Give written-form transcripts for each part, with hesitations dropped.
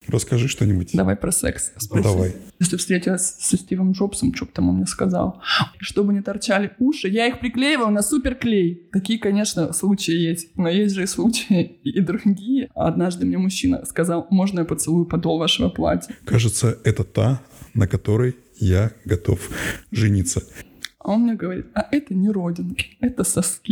Расскажи что-нибудь. Давай про секс спроси. Давай. Если встретилась со Стивом Джобсом, что бы там он мне сказал? Чтобы не торчали уши, я их приклеиваю на суперклей. Такие, конечно, случаи есть. Но есть же и случаи и другие. Однажды мне мужчина сказал: можно я поцелую подол вашего платья? Кажется, это та, на которой я готов жениться. А он мне говорит: а это не родинки, это соски.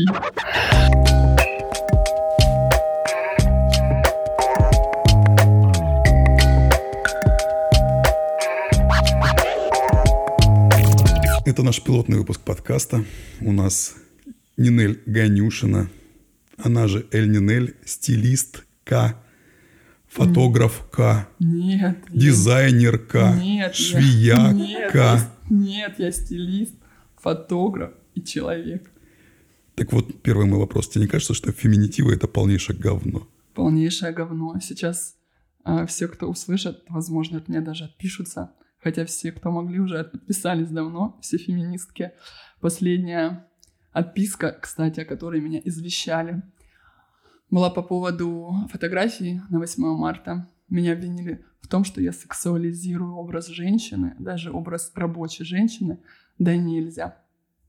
Это наш пилотный выпуск подкаста. У нас Нинель Ганюшина, она же Эль Нинель, стилистка, фотографка, дизайнерка, швеяка. Нет, я стилист, фотограф и человек. Так вот, первый мой вопрос. Тебе не кажется, что феминитивы — это полнейшее говно? Полнейшее говно. Сейчас все, кто услышат, возможно, от меня даже отпишутся. Хотя все, кто могли, уже отписались давно, все феминистки. Последняя отписка, кстати, о которой меня извещали, была по поводу фотографий на 8 марта. Меня обвинили в том, что я сексуализирую образ женщины, даже образ рабочей женщины, да нельзя.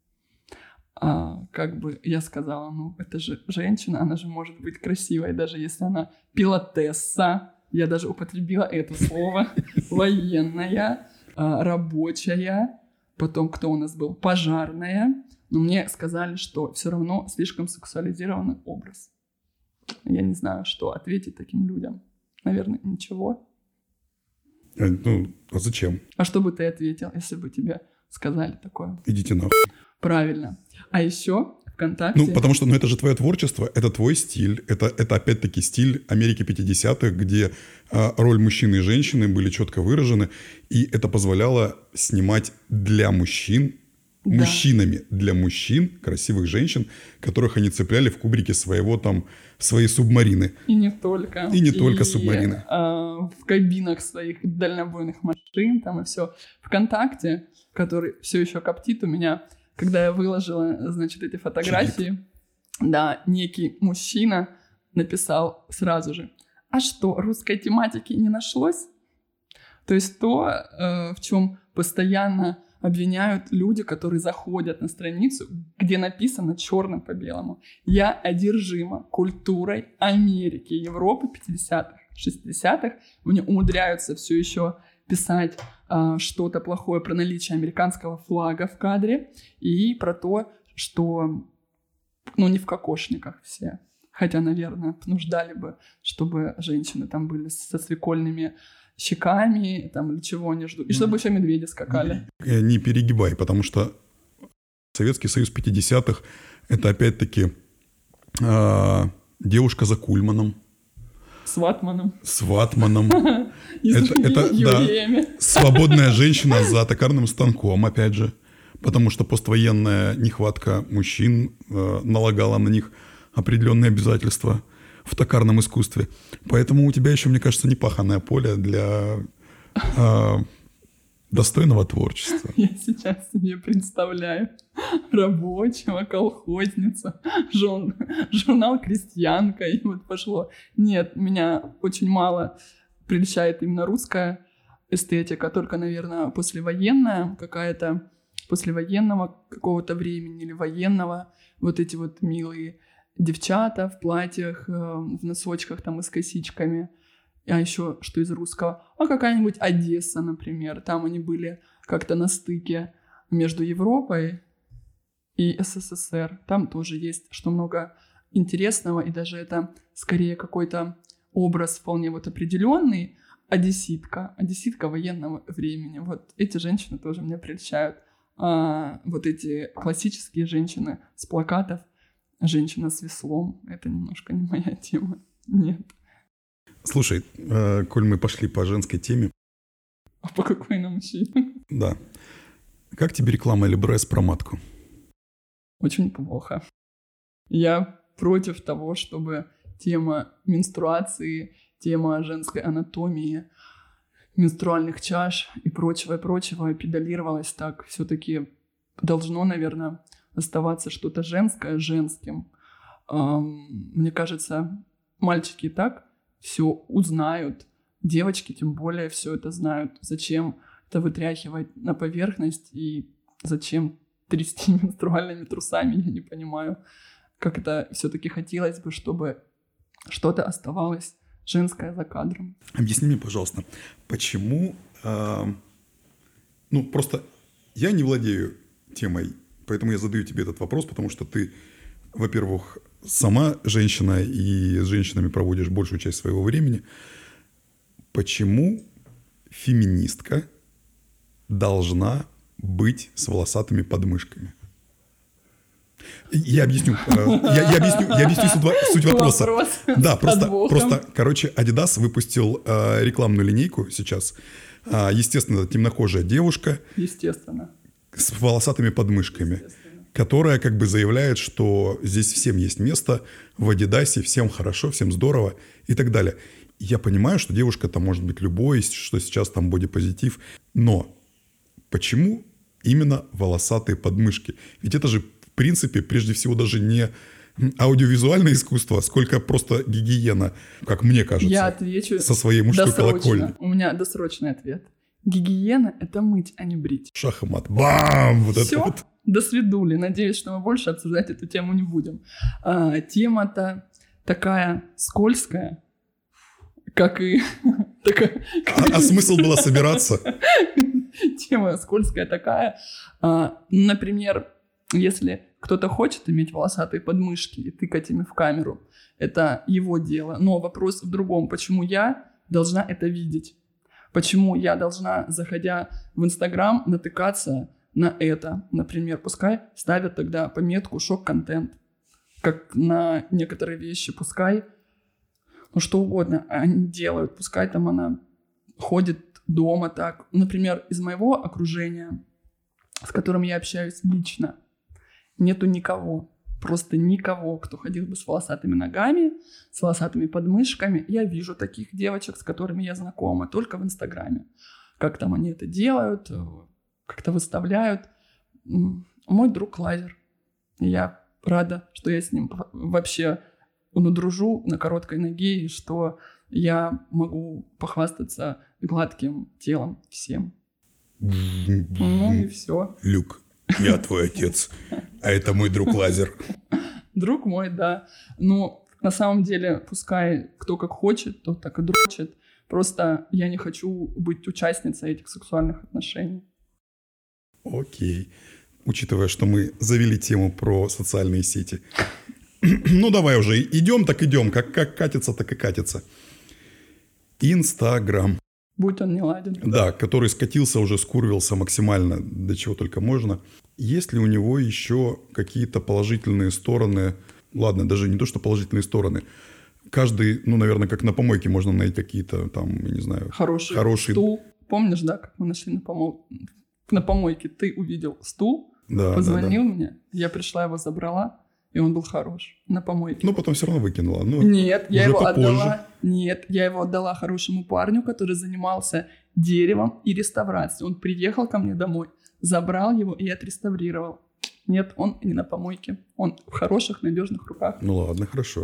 Как бы я сказала, ну это же женщина, она же может быть красивой, даже если она пилотесса. Я даже употребила это слово. Военная, рабочая. Потом кто у нас был? Пожарная. Но мне сказали, что все равно слишком сексуализированный образ. Я не знаю, что ответить таким людям. Наверное, ничего. Ну, а зачем? А что бы ты ответил, если бы тебе сказали такое? Идите нахуй. Правильно. А еще ВКонтакте... Ну, потому что это же твое творчество, это твой стиль. Это опять-таки стиль Америки 50-х, где роль мужчины и женщины были четко выражены. И это позволяло снимать для мужчин, да, мужчинами для мужчин, красивых женщин, которых они цепляли в кубрике своей субмарины. И не только. И не только субмарины. В кабинах своих дальнобойных машин, там и все. ВКонтакте, который все еще коптит у меня... Когда я выложила, значит, эти фотографии, да, некий мужчина написал сразу же: а что, русской тематики не нашлось? То есть то, в чем постоянно обвиняют люди, которые заходят на страницу, где написано черным по белому: я одержима культурой Америки, Европы 50-х, 60-х. Мне умудряются все еще писать что-то плохое про наличие американского флага в кадре и про то, что, ну, не в кокошниках все. Хотя, наверное, нуждали бы, чтобы женщины там были со свекольными щеками, там, или чего они ждут. И чтобы еще медведи скакали. Не перегибай, потому что Советский Союз 50-х — это опять-таки девушка за Кульманом. С ватманом. Это да, свободная женщина за токарным станком, опять же. Потому что поствоенная нехватка мужчин налагала на них определенные обязательства в токарном искусстве. Поэтому у тебя еще, мне кажется, непаханное поле для достойного творчества. Я сейчас себе представляю рабочего, колхозницу, журнал «Крестьянка», и вот пошло. Нет, меня очень мало прельщает именно русская эстетика, только, наверное, послевоенная какая-то, послевоенного какого-то времени или военного, вот эти вот милые девчата в платьях, в носочках там и с косичками. А еще что из русского? А какая-нибудь Одесса, например. Там они были как-то на стыке между Европой и СССР. Там тоже есть что много интересного, и даже это скорее какой-то образ вполне вот определенный. Одесситка военного времени. Вот эти женщины тоже меня прельщают. Вот эти классические женщины с плакатов. Женщина с веслом. Это немножко не моя тема. Нет. Слушай, коль мы пошли по женской теме... А по какой нам еще? Да. Как тебе реклама Эльбрес про матку? Очень плохо. Я против того, чтобы тема менструации, тема женской анатомии, менструальных чаш и прочего педалировалась так. Все-таки должно, наверное, оставаться что-то женское женским. Мне кажется, мальчики и так все узнают девочки тем более все это знают. Зачем это вытряхивать на поверхность и зачем трясти менструальными трусами, я не понимаю. Как это все-таки хотелось бы, чтобы что-то оставалось женское за кадром. Объясни мне, пожалуйста, почему... просто я не владею темой, поэтому я задаю тебе этот вопрос, потому что ты, во-первых, сама женщина и с женщинами проводишь большую часть своего времени. Почему феминистка должна быть с волосатыми подмышками? Я объясню суть вопроса. Да, просто, короче, Adidas выпустил рекламную линейку сейчас. Естественно, это темнокожая девушка. Естественно. С волосатыми подмышками. Которая как бы заявляет, что здесь всем есть место, в Адидасе всем хорошо, всем здорово и так далее. Я понимаю, что девушка там может быть любой, что сейчас там бодипозитив, но почему именно волосатые подмышки? Ведь это же, в принципе, прежде всего даже не аудиовизуальное искусство, сколько просто гигиена, как мне кажется, я отвечу со своей мужской колокольни. У меня досрочный ответ. Гигиена — это мыть, а не брить. Шах и мат. Бам! Вот Всё? это вот. До свидули. Надеюсь, что мы больше обсуждать эту тему не будем. Тема-то такая скользкая, как и... А смысл было собираться? Тема скользкая такая. Например, если кто-то хочет иметь волосатые подмышки и тыкать ими в камеру, это его дело. Но вопрос в другом. Почему я должна это видеть? Почему я должна, заходя в Инстаграм, натыкаться на это? Например, пускай ставят тогда пометку «шок-контент», как на некоторые вещи. Пускай, что угодно они делают. Пускай там она ходит дома так. Например, из моего окружения, с которым я общаюсь лично, нету никого. Просто никого, кто ходил бы с волосатыми ногами, с волосатыми подмышками. Я вижу таких девочек, с которыми я знакома, только в Инстаграме. Как там они это делают, как-то выставляют. Мой друг Лазер. Я рада, что я с ним вообще дружу на короткой ноге, и что я могу похвастаться гладким телом всем. И все. Люк, я твой отец, а это мой друг Лазер. Друг мой, да. Но на самом деле, пускай кто как хочет, тот так и дрочит. Просто я не хочу быть участницей этих сексуальных отношений. Окей. Учитывая, что мы завели тему про социальные сети. Давай уже, идем, так идем. Как катится, так и катится. Инстаграм. Будь он не ладен. Да, который скатился, уже скурвился максимально, до чего только можно. Есть ли у него еще какие-то положительные стороны? Ладно, даже не то, что положительные стороны. Каждый, наверное, как на помойке можно найти какие-то там, я не знаю... Хороший стул. Помнишь, да, как мы нашли на помойке? Ты увидел стул, да, позвонил мне, я пришла, его забрала, и он был хорош на помойке. Но потом все равно выкинула. Нет, я его отдала. Нет, я его отдала хорошему парню, который занимался деревом и реставрацией. Он приехал ко мне домой, забрал его и отреставрировал. Нет, он не на помойке. Он в хороших, надежных руках. Ладно, хорошо.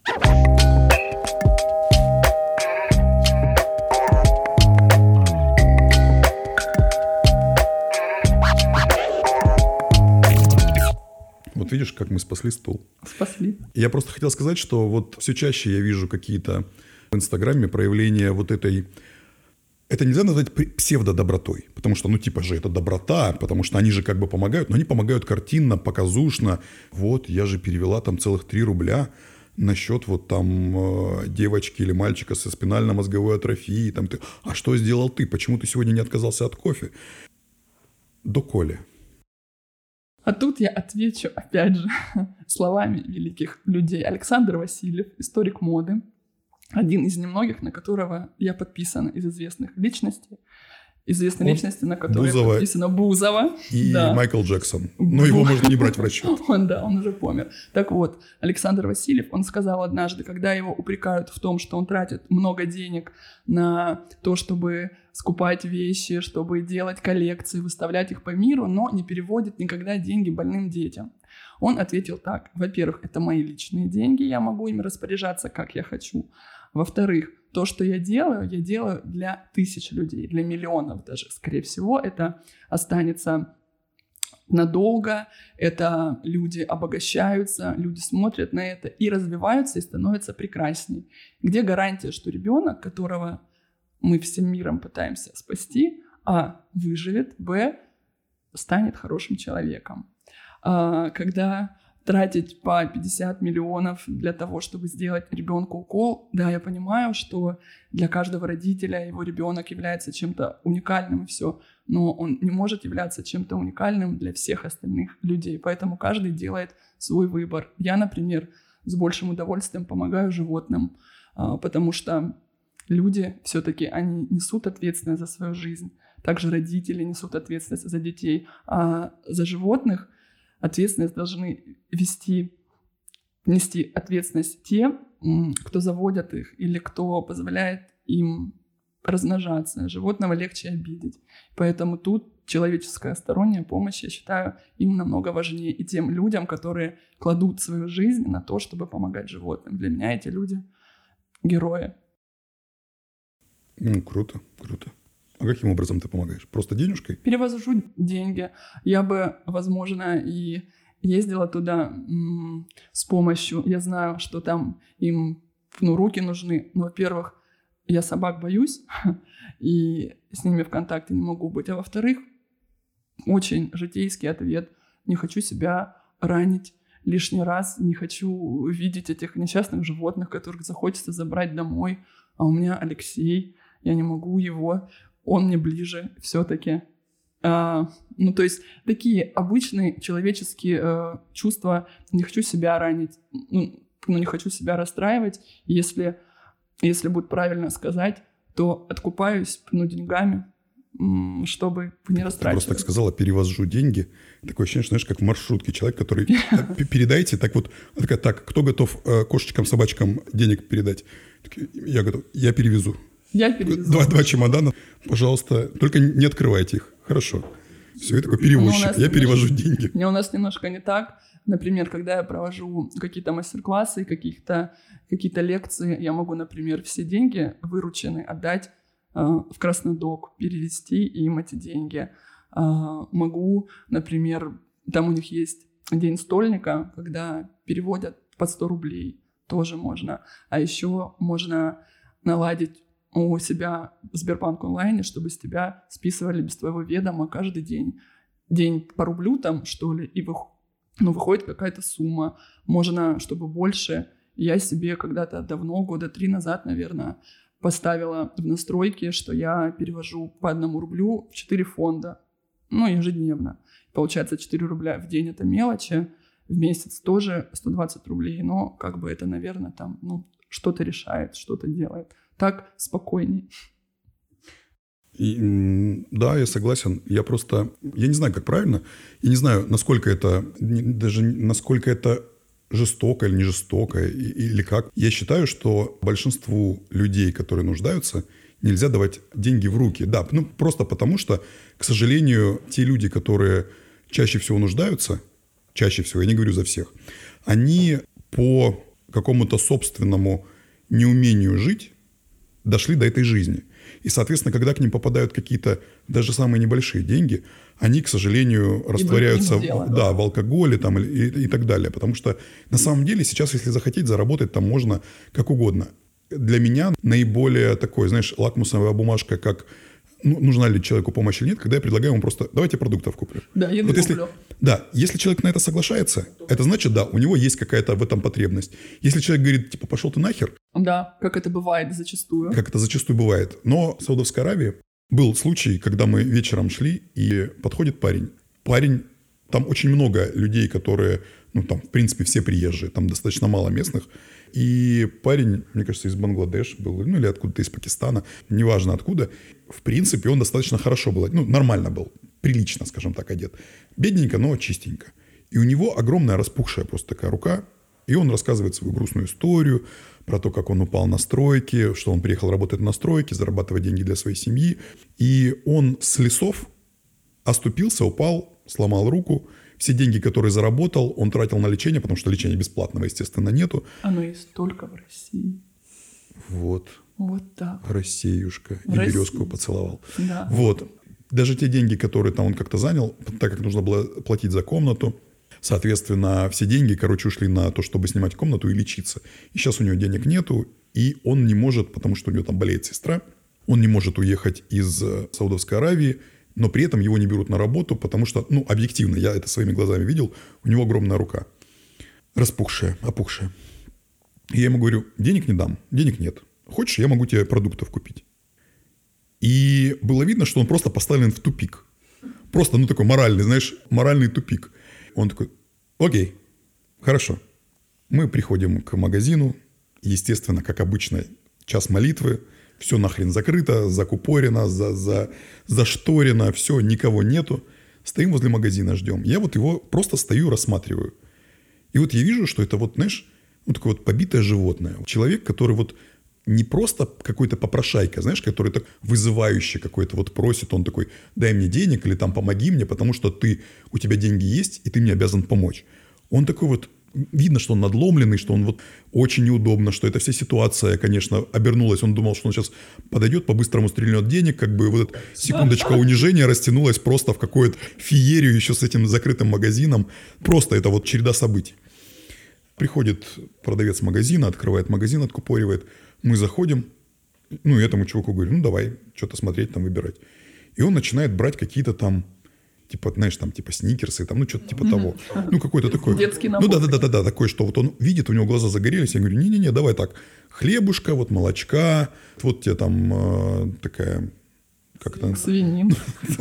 Вот видишь, как мы спасли стул. Спасли. Я просто хотел сказать, что вот все чаще я вижу какие-то в Инстаграме проявления вот этой... Это нельзя назвать псевдодобротой, потому что, же это доброта, потому что они же как бы помогают, но они помогают картинно, показушно. Вот, я же перевела там целых 3 рубля на счет вот там девочки или мальчика со спинально-мозговой атрофией. Там, а что сделал ты? Почему ты сегодня не отказался от кофе? Доколе. А тут я отвечу, опять же, словами великих людей. Александр Васильев, историк моды, один из немногих, на которого я подписана из известных личностей. Известной личности, на которой подписана Бузова. И да. Майкл Джексон. Но его можно не брать в расчет. Он уже помер. Так вот, Александр Васильев, он сказал однажды, когда его упрекают в том, что он тратит много денег на то, чтобы скупать вещи, чтобы делать коллекции, выставлять их по миру, но не переводит никогда деньги больным детям. Он ответил так: во-первых, это мои личные деньги, я могу ими распоряжаться, как я хочу. Во-вторых, то, что я делаю для тысяч людей, для миллионов даже. Скорее всего, это останется надолго, это люди обогащаются, люди смотрят на это и развиваются, и становятся прекрасней. Где гарантия, что ребенок, которого мы всем миром пытаемся спасти, выживет, станет хорошим человеком. Когда тратить по 50 миллионов для того, чтобы сделать ребенку укол, да, я понимаю, что для каждого родителя его ребенок является чем-то уникальным и все, но он не может являться чем-то уникальным для всех остальных людей, поэтому каждый делает свой выбор. Я, например, с большим удовольствием помогаю животным, потому что люди все-таки, они несут ответственность за свою жизнь, также родители несут ответственность за детей, а за животных ответственность должны нести ответственность те, кто заводят их или кто позволяет им размножаться. Животного легче обидеть. Поэтому тут человеческая сторонняя помощь, я считаю, им намного важнее. И тем людям, которые кладут свою жизнь на то, чтобы помогать животным. Для меня эти люди герои. Круто, круто. А каким образом ты помогаешь? Просто денежкой? Перевожу деньги. Я бы, возможно, и ездила туда с помощью. Я знаю, что там им руки нужны. Но, во-первых, я собак боюсь, и с ними в контакте не могу быть. А во-вторых, очень житейский ответ. Не хочу себя ранить лишний раз. Не хочу видеть этих несчастных животных, которых захочется забрать домой. А у меня Алексей. Я не могу его... Он мне ближе все-таки. То есть такие обычные человеческие чувства. Не хочу себя ранить, не хочу себя расстраивать. Если будет правильно сказать, то откупаюсь деньгами, чтобы не расстраиваться. Ты просто так сказала, перевожу деньги. Такое ощущение, знаешь, как в маршрутке. Человек, который передайте, так, кто готов кошечкам, собачкам денег передать? Я готов, я перевезу. Я перевезу. Два чемодана, пожалуйста, только не открывайте их. Хорошо. Все, я такой перевозчик, я перевожу деньги. У нас немножко не так. Например, когда я провожу какие-то мастер-классы, какие-то лекции, я могу, например, все деньги вырученные отдать в Краснодок, перевести им эти деньги. Могу, например, там у них есть день стольника, когда переводят под 100 рублей, тоже можно. А еще можно наладить у себя в Сбербанк онлайне, чтобы с тебя списывали без твоего ведома каждый день. День по рублю там, что ли, и выходит какая-то сумма. Можно, чтобы больше. Я себе когда-то давно, 3 года назад, наверное, поставила в настройки, что я перевожу по 1 рублю в 4 фонда. Ежедневно. Получается, 4 рубля в день — это мелочи. В месяц тоже 120 рублей. Но это, наверное, там, что-то решает, что-то делает. Так спокойней. Да, я согласен. Я не знаю, как правильно. Я не знаю, насколько это жестоко или не жестоко, или как. Я считаю, что большинству людей, которые нуждаются, нельзя давать деньги в руки. Да, просто потому что, к сожалению, те люди, которые чаще всего нуждаются, я не говорю за всех, они по какому-то собственному неумению жить дошли до этой жизни. И, соответственно, когда к ним попадают какие-то даже самые небольшие деньги, они, к сожалению, растворяются в алкоголе и так далее. Потому что на самом деле сейчас, если захотеть, заработать там можно как угодно. Для меня наиболее такой, лакмусовая бумажка, как нужна ли человеку помощь или нет, когда я предлагаю ему просто: давайте продуктов куплю. Да, еду куплю. Если человек на это соглашается, это значит, да, у него есть какая-то в этом потребность. Если человек говорит, пошел ты нахер. Да, как это бывает зачастую. Как это зачастую бывает. Но в Саудовской Аравии был случай, когда мы вечером шли, и подходит парень. Там очень много людей, которые, там, в принципе, все приезжие, там достаточно мало местных. И парень, мне кажется, из Бангладеш был, или откуда-то из Пакистана, неважно откуда. В принципе, он достаточно хорошо был, нормально был, прилично, скажем так, одет. Бедненько, но чистенько. И у него огромная распухшая просто такая рука, и он рассказывает свою грустную историю про то, как он упал на стройке, что он приехал работать на стройке, зарабатывать деньги для своей семьи. И он с лесов оступился, упал, сломал руку. Все деньги, которые заработал, он тратил на лечение, потому что лечения бесплатного, естественно, нету. Оно есть только в России. Вот. Вот так. Россиюшка. И Россия. березку поцеловал. Да. Вот. Даже те деньги, которые там он как-то занял, так как нужно было платить за комнату, соответственно, все деньги, ушли на то, чтобы снимать комнату и лечиться. И сейчас у него денег нету, и он не может, потому что у него там болеет сестра, он не может уехать из Саудовской Аравии, но при этом его не берут на работу, потому что, объективно, я это своими глазами видел, у него огромная рука, распухшая, опухшая. И я ему говорю, денег не дам, денег нет. Хочешь, я могу тебе продуктов купить. И было видно, что он просто поставлен в тупик. Просто, такой моральный, моральный тупик. Он такой, окей, хорошо. Мы приходим к магазину. Естественно, как обычно, час молитвы. Все нахрен закрыто, закупорено, зашторено. Все, никого нету. Стоим возле магазина, ждем. Я его просто стою, рассматриваю. И я вижу, что это такое побитое животное. Человек, который не просто какой-то попрошайка, который так вызывающий какой-то просит, он такой, дай мне денег или там помоги мне, потому что у тебя деньги есть, и ты мне обязан помочь. Он такой видно, что он надломленный, что он очень неудобно, что эта вся ситуация, конечно, обернулась. Он думал, что он сейчас подойдет, по-быстрому стрельнет денег, эта секундочка унижения растянулась просто в какую-то феерию еще с этим закрытым магазином. Просто это череда событий. Приходит продавец магазина, открывает магазин, откупоривает. Мы заходим, и этому чуваку говорю, давай, что-то смотреть, там, выбирать. И он начинает брать какие-то там, сникерсы, что-то типа того. Какой-то такой. Детский набор. Да, такой, что он видит, у него глаза загорелись. Я говорю, не-не-не, давай так, хлебушка, молочка, тебе там такая, как это? Свинин.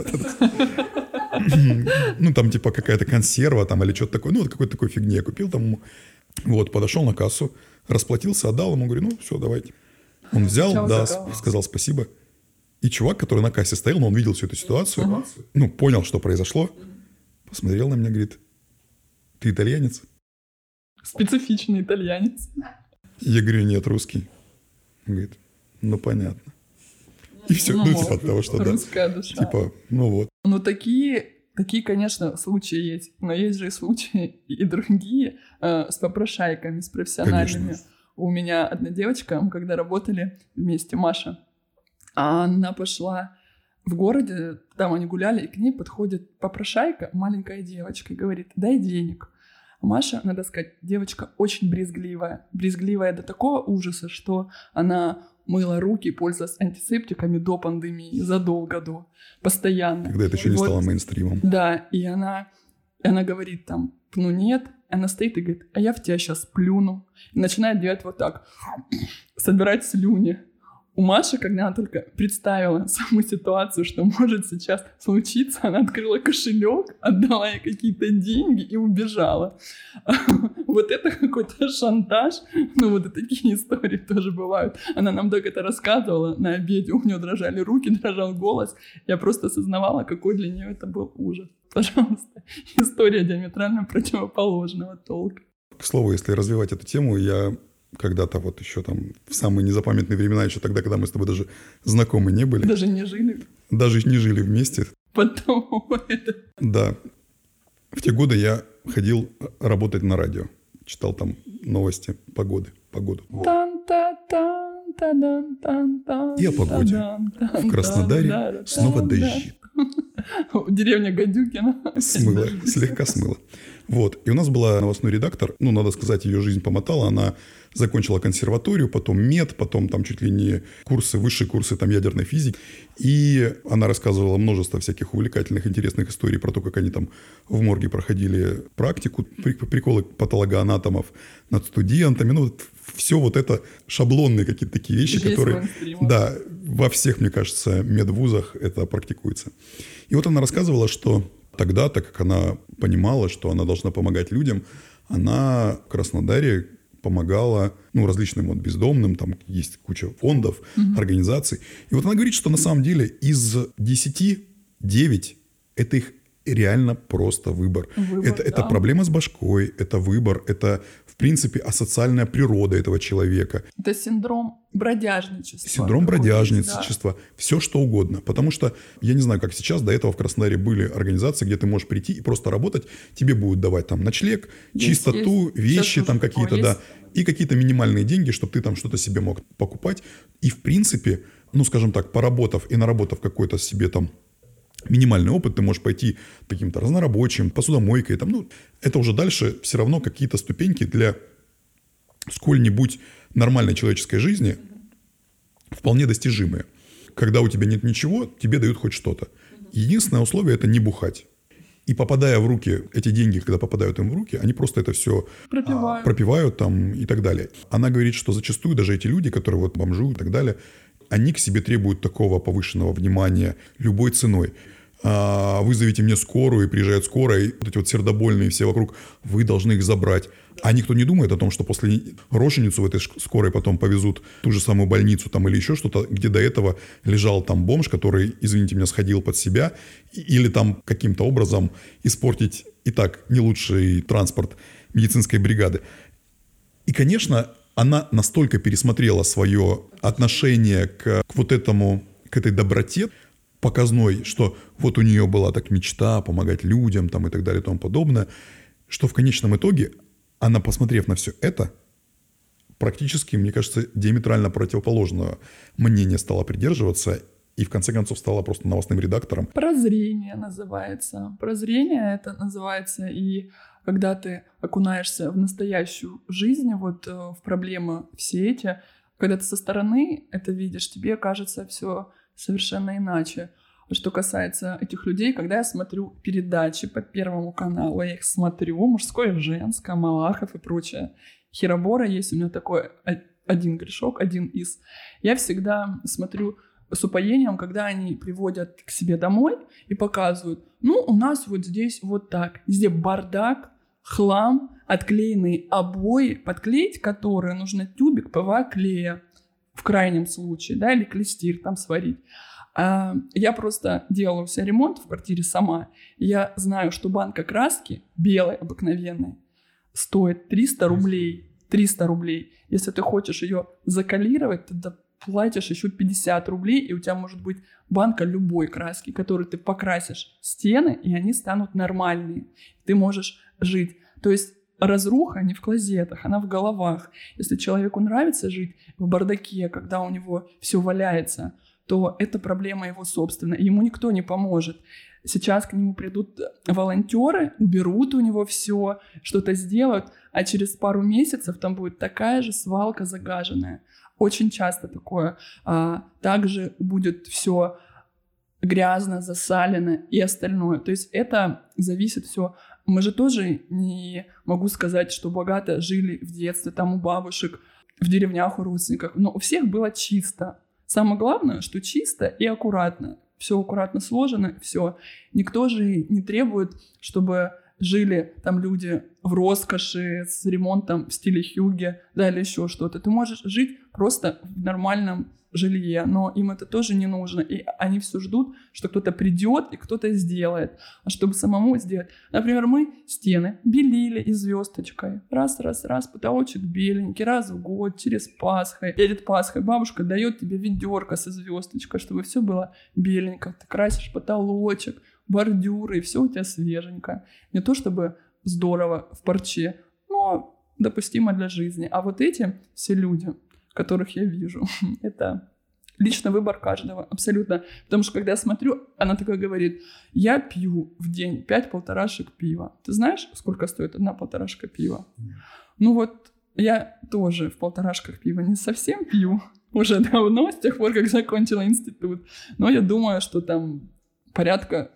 Там какая-то консерва там или что-то такое. Какой-то такой фигни я купил там. Подошел на кассу, расплатился, отдал ему, говорю, все, давайте. Он взял, сказал спасибо. И чувак, который на кассе стоял, он видел всю эту ситуацию, понял, что произошло, посмотрел на меня, говорит, ты итальянец? Специфичный итальянец. Я говорю, нет, русский. Он говорит, понятно. И все, от того, что русская душа. вот. Такие, конечно, случаи есть, но есть же и случаи и другие с попрошайками, с профессиональными. Конечно. У меня одна девочка, мы когда работали вместе, Маша, она пошла в городе, там они гуляли, и к ней подходит попрошайка, маленькая девочка, и говорит, дай денег. А Маша, надо сказать, девочка очень брезгливая до такого ужаса, что она мыла руки, пользовалась антисептиками до пандемии, задолго до, постоянно. Когда это еще не стало мейнстримом. Да, и она говорит там, нет, она стоит и говорит, а я в тебя сейчас плюну. И начинает делать так, собирать слюни. У Маши, когда она только представила саму ситуацию, что может сейчас случиться, она открыла кошелек, отдала ей какие-то деньги и убежала. Это какой-то шантаж. И такие истории тоже бывают. Она нам так это рассказывала на обеде. У нее дрожали руки, дрожал голос. Я просто осознавала, какой для нее это был ужас. Пожалуйста. История диаметрально противоположного толка. К слову, если развивать эту тему, я когда-то еще там в самые незапамятные времена, еще тогда, когда мы с тобой даже знакомы не были. Даже не жили. Даже не жили вместе. Потом это... Да. В те годы я ходил работать на радио. Читал там новости, погоду. И о погоде. В Краснодаре снова дожди. Деревня Гадюкина. Слегка смыло. И у нас была новостной редактор, надо сказать, ее жизнь помотала, она закончила консерваторию, потом мед, потом там чуть ли не высшие курсы там ядерной физики, и она рассказывала множество всяких увлекательных, интересных историй про то, как они там в морге проходили практику, приколы патологоанатомов над студентами, все это шаблонные какие-то такие вещи, которые, да, во всех, мне кажется, медвузах это практикуется. И она рассказывала, что тогда, так как она понимала, что она должна помогать людям, она в Краснодаре помогала различным бездомным, там есть куча фондов, организаций. И она говорит, что на самом деле из 10 9 это их реально просто выбор. Это проблема с башкой, это выбор, это, в принципе, асоциальная природа этого человека. Это синдром бродяжничества. Синдром бродяжничества, все что угодно. Потому что, я не знаю, как сейчас, до этого в Краснодаре были организации, где ты можешь прийти и просто работать, тебе будут давать там ночлег, чистоту, вещи там какие-то, да, и какие-то минимальные деньги, чтобы ты там что-то себе мог покупать. И, в принципе, ну, скажем так, поработав и наработав какой-то себе там минимальный опыт, ты можешь пойти каким-то разнорабочим, посудомойкой, там, ну, это уже дальше все равно какие-то ступеньки для сколь-нибудь нормальной человеческой жизни вполне достижимые. Когда у тебя нет ничего, тебе дают хоть что-то. Единственное условие – это не бухать. И попадая в руки, эти деньги, когда попадают им в руки, они просто это все пропивают там и так далее. Она говорит, что зачастую даже эти люди, которые вот бомжуют и так далее, они к себе требуют такого повышенного внимания любой ценой. Вызовите мне скорую, и приезжает скорая, и вот эти вот сердобольные все вокруг, вы должны их забрать. А никто не думает о том, что после роженицу в этой скорой потом повезут в ту же самую больницу там, или еще что-то, где до этого лежал там бомж, который, извините меня, сходил под себя, или там каким-то образом испортить и так не лучший транспорт медицинской бригады. И, конечно, она настолько пересмотрела свое отношение к вот этому, к этой доброте показной, что вот у нее была так мечта помогать людям там, и так далее и тому подобное, что в конечном итоге она, посмотрев на все это, практически, мне кажется, диаметрально противоположного мнения стала придерживаться и в конце концов стала просто новостным редактором. Прозрение называется. Прозрение это называется, и когда ты окунаешься в настоящую жизнь, вот в проблемы все эти, когда ты со стороны это видишь, тебе кажется все совершенно иначе. Что касается этих людей, когда я смотрю передачи по Первому каналу, я их смотрю, мужское, женское, Малахов и прочее. Херобора есть у меня такой один грешок, один из. Я всегда смотрю с упоением, когда они приводят к себе домой и показывают, ну, у нас вот здесь вот так. Везде бардак, хлам, отклеенные обои, подклеить которые нужно тюбик ПВА-клея в крайнем случае, да, или клестир там сварить. Я просто делала себе ремонт в квартире сама. Я знаю, что банка краски, белой, обыкновенной, стоит 300 рублей. 300 рублей. Если ты хочешь ее заколировать, ты платишь еще 50 рублей, и у тебя может быть банка любой краски, которую ты покрасишь стены, и они станут нормальные. Ты можешь жить. То есть разруха не в клозетах, она в головах. Если человеку нравится жить в бардаке, когда у него все валяется, то это проблема его собственная. Ему никто не поможет. Сейчас к нему придут волонтеры, уберут у него все, что-то сделают, а через пару месяцев там будет такая же свалка загаженная. Очень часто такое. Также будет все грязно, засалено и остальное. То есть это зависит все. Мы же тоже не могу сказать, что богато жили в детстве, там у бабушек, в деревнях у родственников. Но у всех было чисто. Самое главное, что чисто и аккуратно. Все аккуратно сложено, все. Никто же не требует, чтобы жили там люди в роскоши, с ремонтом в стиле Хьюге, да, или еще что-то. Ты можешь жить просто в нормальном жилье, но им это тоже не нужно. И они все ждут, что кто-то придет и кто-то сделает. А чтобы самому сделать... Например, мы стены белили и звездочкой. Раз, потолочек беленький, раз в год, через Пасхой. Перед Пасхой бабушка дает тебе ведерко со звездочкой, чтобы все было беленько. Ты красишь потолочек, бордюры, и все у тебя свеженько. Не то чтобы здорово в парче, но допустимо для жизни. А вот эти все люди, которых я вижу, это личный выбор каждого, абсолютно. Потому что когда я смотрю, она такая говорит, я пью в день 5 полторашек пива. Ты знаешь, сколько стоит 1 полторашка пива? Ну вот я тоже в полторашках пива не совсем пью, уже давно, с тех пор, как закончила институт. Но я думаю, что там порядка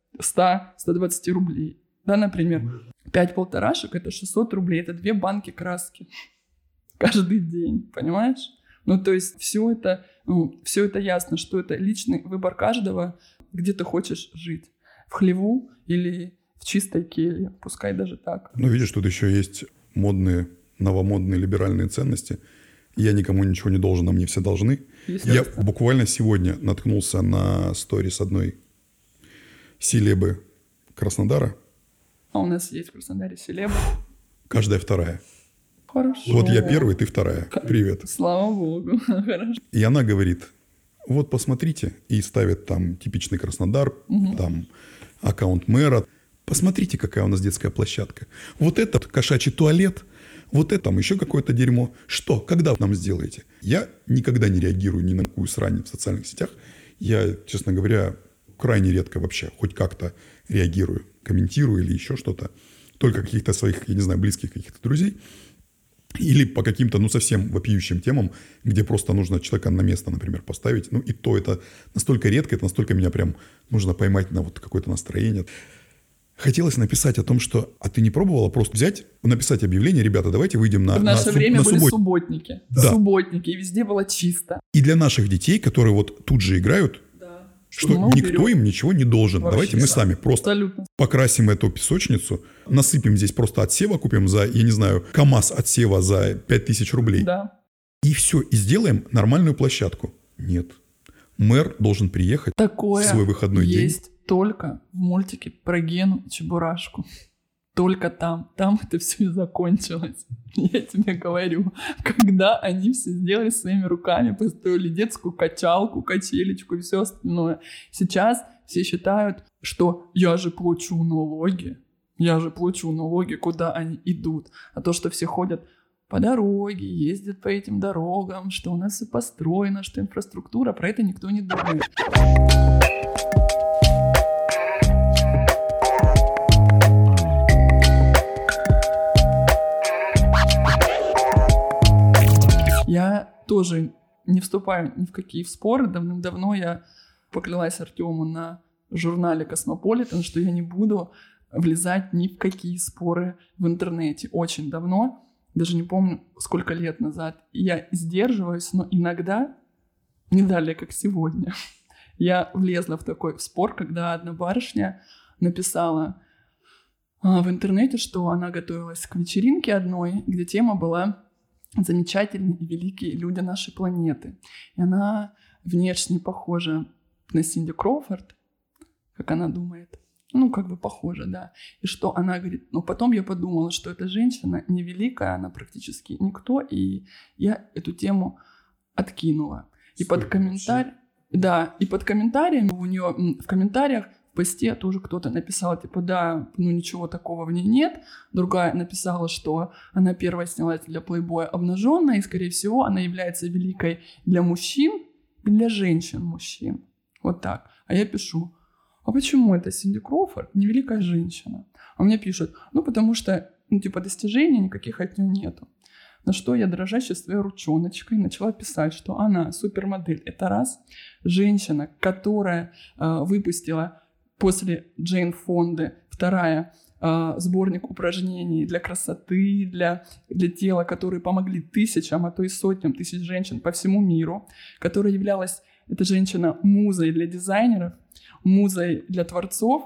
100-120 рублей. Да, например, 5 полторашек — это 600 рублей, это 2 банки краски каждый день, понимаешь? Ну, то есть все это ясно, что это личный выбор каждого, где ты хочешь жить. В хлеву или в чистой келье, пускай даже так. Ну, видишь, тут еще есть модные, новомодные либеральные ценности. Я никому ничего не должен, а мне все должны. Я буквально сегодня наткнулся на сторис одной селебы, Краснодара. А у нас есть в Краснодаре селебы. Каждая вторая. Хорошо. Вот я первый, ты вторая. Привет. Слава богу. Хорошо. И она говорит, вот посмотрите, и ставит там типичный Краснодар, там аккаунт мэра. Посмотрите, какая у нас детская площадка. Вот этот кошачий туалет, вот это там еще какое-то дерьмо. Что? Когда нам сделаете? Я никогда не реагирую ни на какую срань в социальных сетях. Я, честно говоря, крайне редко вообще хоть как-то реагирую, комментирую или еще что-то. Только каких-то своих, я не знаю, близких каких-то друзей. Или по каким-то, ну, совсем вопиющим темам, где просто нужно человека на место, например, поставить. Ну, и то это настолько редко, это настолько меня прям нужно поймать на вот какое-то настроение. Хотелось написать о том, что... А ты не пробовала просто взять, написать объявление, ребята, давайте выйдем на В наше время на были субботники. Да. Субботники, и везде было чисто. И для наших детей, которые вот тут же играют, что мы никто уберем. им ничего не должен. Вообще Давайте мы сами просто Абсолютно. покрасим эту песочницу, насыпем здесь просто отсева, купим за, я не знаю, КамАЗ отсева за 5000 рублей. Да. И все, и сделаем нормальную площадку. Нет. Мэр должен приехать Такое в свой выходной день. есть только в мультике про Гену и Чебурашку. Только там. Там это все и закончилось. Я тебе говорю. Когда они все сделали своими руками, построили детскую качалку, качелечку и все остальное. Сейчас все считают, что я же плачу налоги. Я же плачу налоги, куда они идут. А то, что все ходят по дороге, ездят по этим дорогам, что у нас все построено, что инфраструктура, про это никто не думает. Я тоже не вступаю ни в какие споры. Давным-давно я поклялась Артему на журнале «Космополитен», что я не буду влезать ни в какие споры в интернете. Очень давно, даже не помню, сколько лет назад. Я сдерживаюсь, но иногда, не далее, как сегодня, я влезла в такой спор, когда одна барышня написала в интернете, что она готовилась к вечеринке одной, где тема была «Замечательные и великие люди нашей планеты». И она внешне похожа на Синди Кроуфорд, как она думает. Ну, как бы похожа, да. И что она говорит, но потом я подумала, что эта женщина невеликая, она практически никто, и я эту тему откинула. И под комментарий... Да, и под комментарием у нее в комментариях в посте тоже кто-то написал, типа, да, ну ничего такого в ней нет. Другая написала, что она первая снялась для Playboy обнаженная, и, скорее всего, она является великой для мужчин и для женщин-мужчин. Вот так. А я пишу, а почему это Синди Кроуфорд невеликая женщина? А мне пишут, ну потому что, ну типа, достижений никаких от нее нету. На что я, дрожащей своей ручоночкой, начала писать, что она супермодель. Это раз. Женщина, которая выпустила после Джейн Фонды, вторая, сборник упражнений для красоты, для тела, которые помогли тысячам, а то и сотням тысяч женщин по всему миру, которая являлась, эта женщина, музой для дизайнеров, музой для творцов,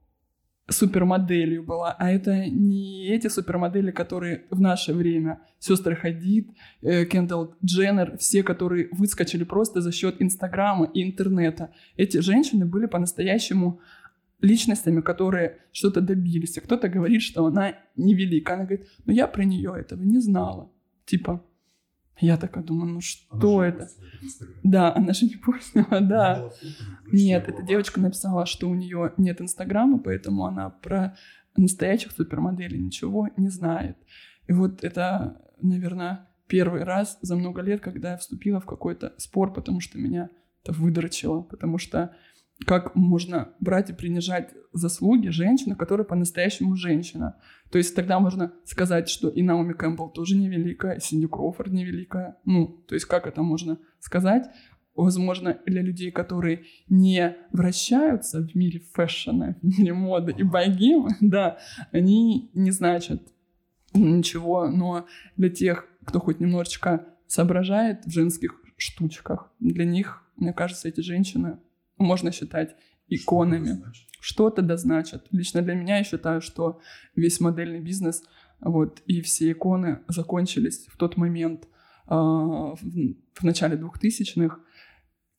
супермоделью была, а это не эти супермодели, которые в наше время сестры Хадид, Кендалл Дженнер, все, которые выскочили просто за счет Инстаграма и интернета. Эти женщины были по-настоящему личностями, которые что-то добились. И кто-то говорит, что она невелика. Она говорит, ну я про нее этого не знала. Типа, я такая думаю, ну что она это? Да, она же не поняла, да. Нет, эта девочка написала, что у нее нет Инстаграма, поэтому она про настоящих супермоделей ничего не знает. И вот это, наверное, первый раз за много лет, когда я вступила в какой-то спор, потому что меня это выдрочило, потому что как можно брать и принижать заслуги женщины, которая по-настоящему женщина. То есть тогда можно сказать, что и Наоми Кэмпбелл тоже невеликая, и Синди Кроуфорд невеликая. Ну, то есть как это можно сказать? Возможно, для людей, которые не вращаются в мире фэшена, в мире моды и богемы, да, они не значат ничего, но для тех, кто хоть немножечко соображает в женских штучках, для них, мне кажется, эти женщины можно считать иконами. Что-то да значат. Лично для меня я считаю, что весь модельный бизнес вот, и все иконы закончились в тот момент, в начале 2000-х,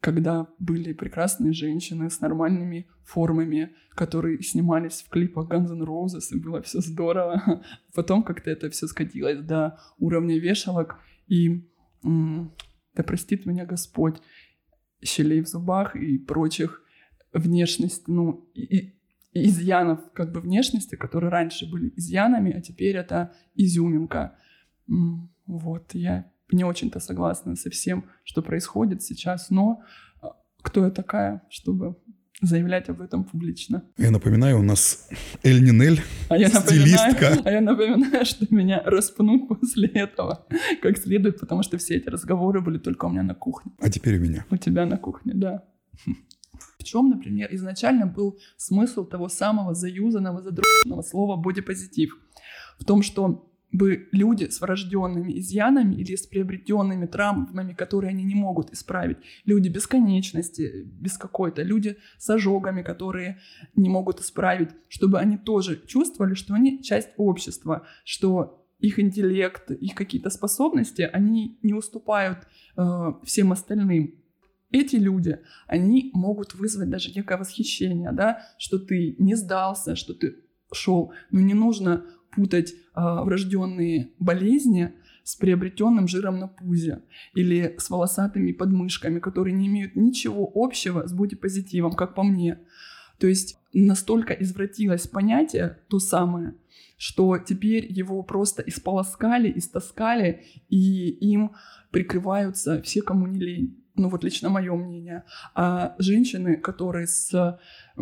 когда были прекрасные женщины с нормальными формами, которые снимались в клипах Guns N' Roses, и было все здорово. Потом как-то это все скатилось до уровня вешалок и, да простит меня Господь, щелей в зубах и прочих внешностей, ну, и изъянов как бы внешности, которые раньше были изъянами, а теперь это изюминка. Вот, я не очень-то согласна со всем, что происходит сейчас, но кто я такая, чтобы заявлять об этом публично? Я напоминаю, у нас Эль Нинель, стилистка. Я напоминаю, что меня распнут после этого как следует, потому что все эти разговоры были только у меня на кухне. А теперь у меня. У тебя на кухне, да. В чем, например, изначально был смысл того самого заюзанного, задроченного слова бодипозитив? В том, что бы люди с врожденными изъянами или с приобретенными травмами, которые они не могут исправить, люди бесконечности, без какой-то, люди с ожогами, которые не могут исправить, чтобы они тоже чувствовали, что они часть общества, что их интеллект, их какие-то способности, они не уступают всем остальным. Эти люди, они могут вызвать даже некое восхищение, да, что ты не сдался, что ты шел, но не нужно путать врожденные болезни с приобретенным жиром на пузе или с волосатыми подмышками, которые не имеют ничего общего с бодипозитивом, как по мне. То есть настолько извратилось понятие, то самое, что теперь его просто исполоскали, истаскали, и им прикрываются все, кому не лень. Ну вот лично мое мнение. А женщины, которые с,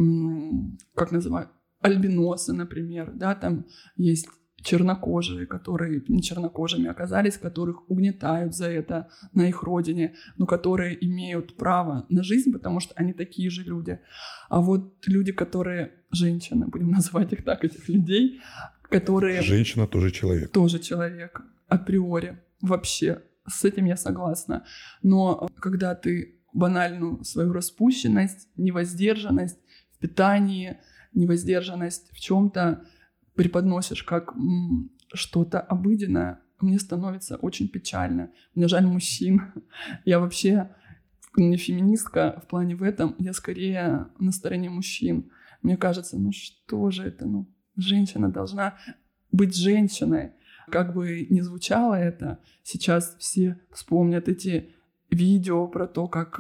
как называют, альбиносы, например, да, там есть чернокожие, которые не чернокожими оказались, которых угнетают за это на их родине, но которые имеют право на жизнь, потому что они такие же люди. А вот люди, которые женщины, будем называть их так, этих людей, которые... Женщина тоже человек. Тоже человек, априори, вообще. С этим я согласна. Но когда ты банальную свою распущенность, невоздержанность в питании, невоздержанность в чем-то преподносишь как что-то обыденное, мне становится очень печально. Мне жаль мужчин. Я вообще не феминистка в плане в этом. Я скорее на стороне мужчин. Мне кажется, ну что же это? Ну, женщина должна быть женщиной. Как бы ни звучало это, сейчас все вспомнят эти видео про то, как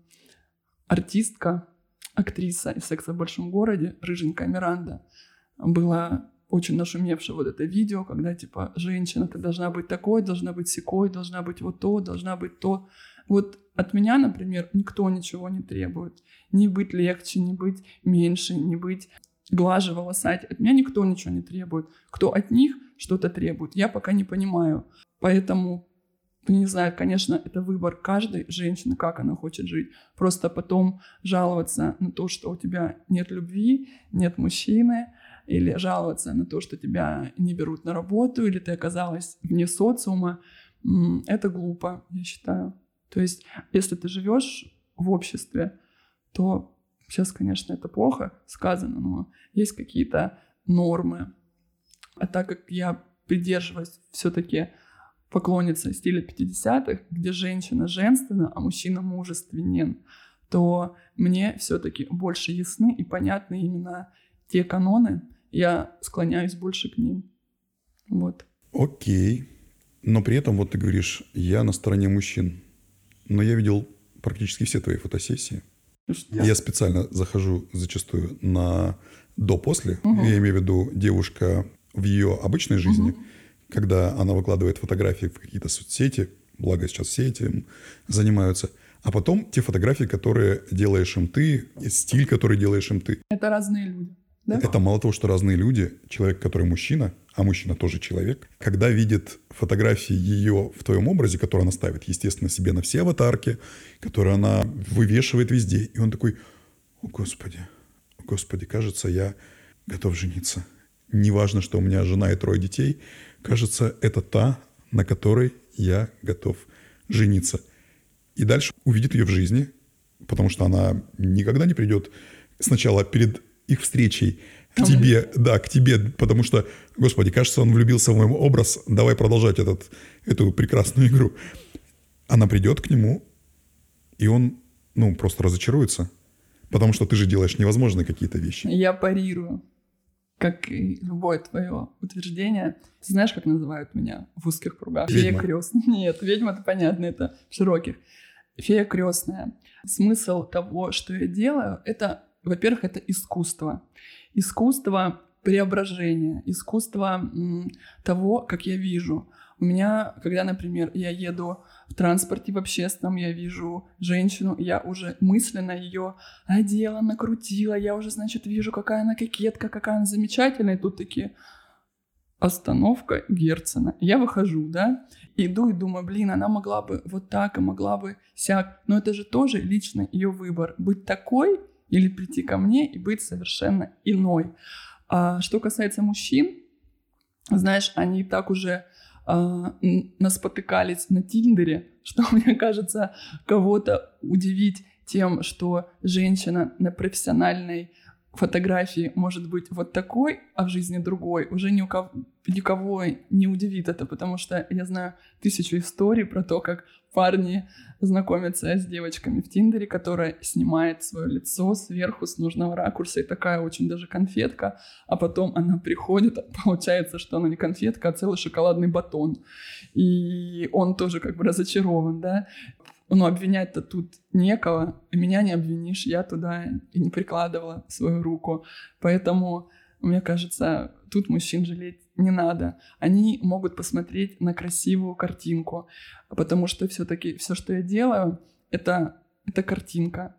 артистка, актриса из «Секса в большом городе», рыженькая Миранда, была очень нашумевшее вот это видео, когда типа женщина, ты должна быть такой, должна быть сякой, должна быть вот то, должна быть то. Вот от меня, например, никто ничего не требует. Не быть легче, не быть меньше, не быть глаже, волосать. От меня никто ничего не требует. Кто от них что-то требует, я пока не понимаю. Поэтому, не знаю, конечно, это выбор каждой женщины, как она хочет жить. Просто потом жаловаться на то, что у тебя нет любви, нет мужчины, или жаловаться на то, что тебя не берут на работу, или ты оказалась вне социума, это глупо, я считаю. То есть, если ты живешь в обществе, то сейчас, конечно, это плохо сказано, но есть какие-то нормы. А так как я придерживаюсь все-таки поклонница стиля 50-х, где женщина женственна, а мужчина мужественен, то мне все-таки больше ясны и понятны именно те каноны, я склоняюсь больше к ним. Вот. Окей. Но при этом, вот ты говоришь, я на стороне мужчин. Но я видел практически все твои фотосессии. Я специально захожу зачастую на до-после. Я имею в виду девушка в ее обычной жизни, когда она выкладывает фотографии в какие-то соцсети, благо сейчас все этим занимаются. А потом те фотографии, которые делаешь им ты, и стиль, который делаешь им ты. Это разные люди. Да? Это мало того, что разные люди, человек, который мужчина, а мужчина тоже человек, когда видит фотографии ее в твоем образе, который она ставит, естественно, себе на все аватарки, которые она вывешивает везде, и он такой: о, Господи, кажется, я готов жениться. Неважно, что у меня жена и 3 детей, кажется, это та, на которой я готов жениться. И дальше увидит ее в жизни, потому что она никогда не придет сначала перед их встречей к тебе, потому что, Господи, кажется, он влюбился в мой образ, давай продолжать эту прекрасную игру. Она придет к нему, и он просто разочаруется? Потому что ты же делаешь невозможные какие-то вещи. Я парирую, как и любое твое утверждение. Ты знаешь, как называют меня в узких кругах? Ведьма. Фея крестная. Нет, ведьма-то понятно, это в широких. Фея крестная. Смысл того, что я делаю, это, во-первых, это искусство. Искусство преображения, искусство того, как я вижу. У меня, когда, например, я еду в транспорте в общественном, я вижу женщину, я уже мысленно ее одела, накрутила, я уже, значит, вижу, какая она кокетка, какая она замечательная, и тут такие... Остановка Герцена. Я выхожу, да, иду и думаю, блин, она могла бы вот так, и могла бы сяк. Но это же тоже лично ее выбор. Быть такой или прийти ко мне и быть совершенно иной. А что касается мужчин, знаешь, они так уже наспотыкались на Тиндере, что, мне кажется, кого-то удивить тем, что женщина на профессиональной фотографии может быть вот такой, а в жизни другой, уже никого не удивит это, потому что я знаю 1000 историй про то, как парни знакомятся с девочками в Тиндере, которая снимает свое лицо сверху с нужного ракурса, и такая очень даже конфетка, а потом она приходит, получается, что она не конфетка, а целый шоколадный батон. И он тоже как бы разочарован, да. Но обвинять-то тут некого, и меня не обвинишь, я туда и не прикладывала свою руку. Поэтому, мне кажется, тут мужчин жалеть не надо. Они могут посмотреть на красивую картинку, потому что все-таки все, что я делаю, это картинка.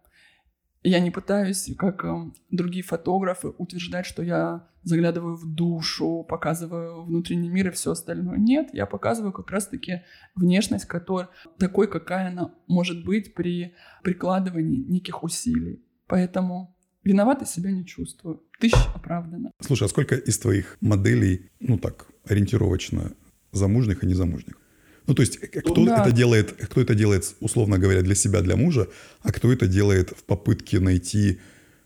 Я не пытаюсь, как другие фотографы, утверждать, что я заглядываю в душу, показываю внутренний мир и все остальное. Нет, я показываю как раз-таки внешность, которая такой, какая она может быть при прикладывании неких усилий. Поэтому виноватой себя не чувствую. Оправдана. Слушай, а сколько из твоих моделей, ориентировочно, замужних и незамужних? То есть, кто это делает, условно говоря, для себя, для мужа, а кто это делает в попытке найти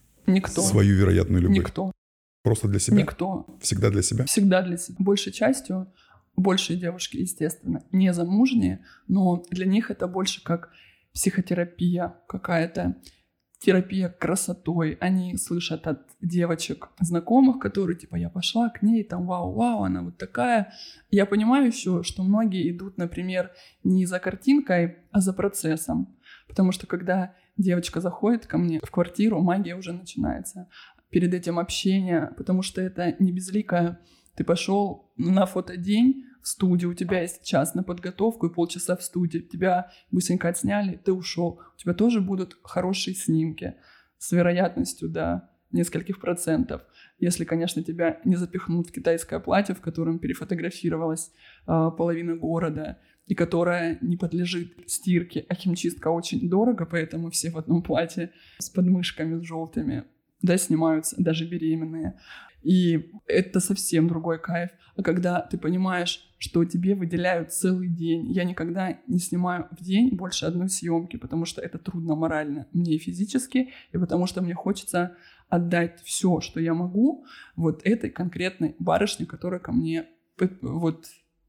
свою вероятную любовь? Никто. Просто для себя? Никто. Всегда для себя? Всегда для себя. Большей частью, большие девушки, естественно, не замужние, но для них это больше как психотерапия какая-то, терапия красотой. Они слышат от девочек знакомых, которые типа я пошла к ней, там вау, она вот такая. Я понимаю еще, что многие идут, например, не за картинкой, а за процессом. Потому что когда девочка заходит ко мне в квартиру, магия уже начинается. Перед этим общение, потому что это не безликое. Ты пошел на фотодень в студию, у тебя есть час на подготовку и полчаса в студии, тебя быстренько отсняли, ты ушел. У тебя тоже будут хорошие снимки с вероятностью до нескольких процентов. Если, конечно, тебя не запихнут в китайское платье, в котором перефотографировалась половина города, и которая не подлежит стирке, а химчистка очень дорого, поэтому все в одном платье с подмышками с желтыми, да, снимаются, даже беременные. И это совсем другой кайф. А когда ты понимаешь, что тебе выделяют целый день. Я никогда не снимаю в день больше одной съемки, потому что это трудно морально мне и физически, и потому что мне хочется отдать все, что я могу, вот этой конкретной барышне, которая ко мне вот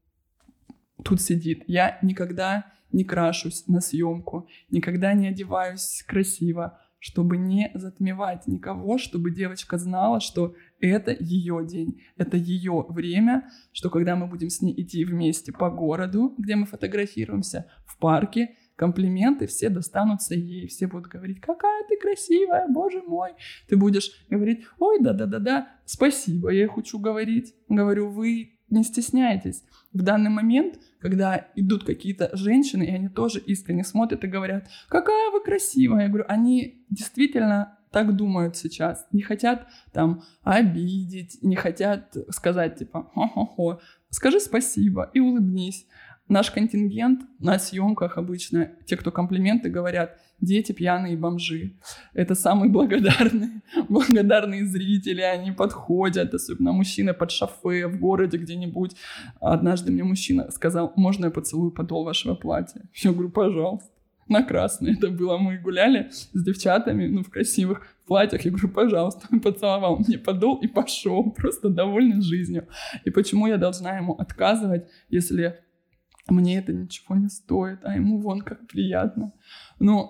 тут сидит. Я никогда не крашусь на съемку, никогда не одеваюсь красиво, чтобы не затмевать никого, чтобы девочка знала, что это ее день, это ее время, что когда мы будем с ней идти вместе по городу, где мы фотографируемся, в парке, комплименты все достанутся ей, все будут говорить: какая ты красивая, боже мой. Ты будешь говорить: ой, да-да-да-да, спасибо, я хочу говорить. Говорю, вы не стесняйтесь. В данный момент, когда идут какие-то женщины, и они тоже искренне смотрят и говорят: какая вы красивая. Я говорю, они действительно так думают сейчас. Не хотят там обидеть, не хотят сказать типа хо-хо-хо. Скажи спасибо и улыбнись. Наш контингент на съемках обычно, те, кто комплименты говорят, дети, пьяные бомжи. Это самые благодарные зрители, они подходят, особенно мужчины под шофе в городе где-нибудь. Однажды мне мужчина сказал: можно я поцелую подол вашего платья? Я говорю, пожалуйста. На красный это было, мы гуляли с девчатами, в красивых платьях. Я говорю, пожалуйста. Он поцеловал мне подол и пошел, просто довольный жизнью. И почему я должна ему отказывать, если мне это ничего не стоит, а ему вон как приятно. Но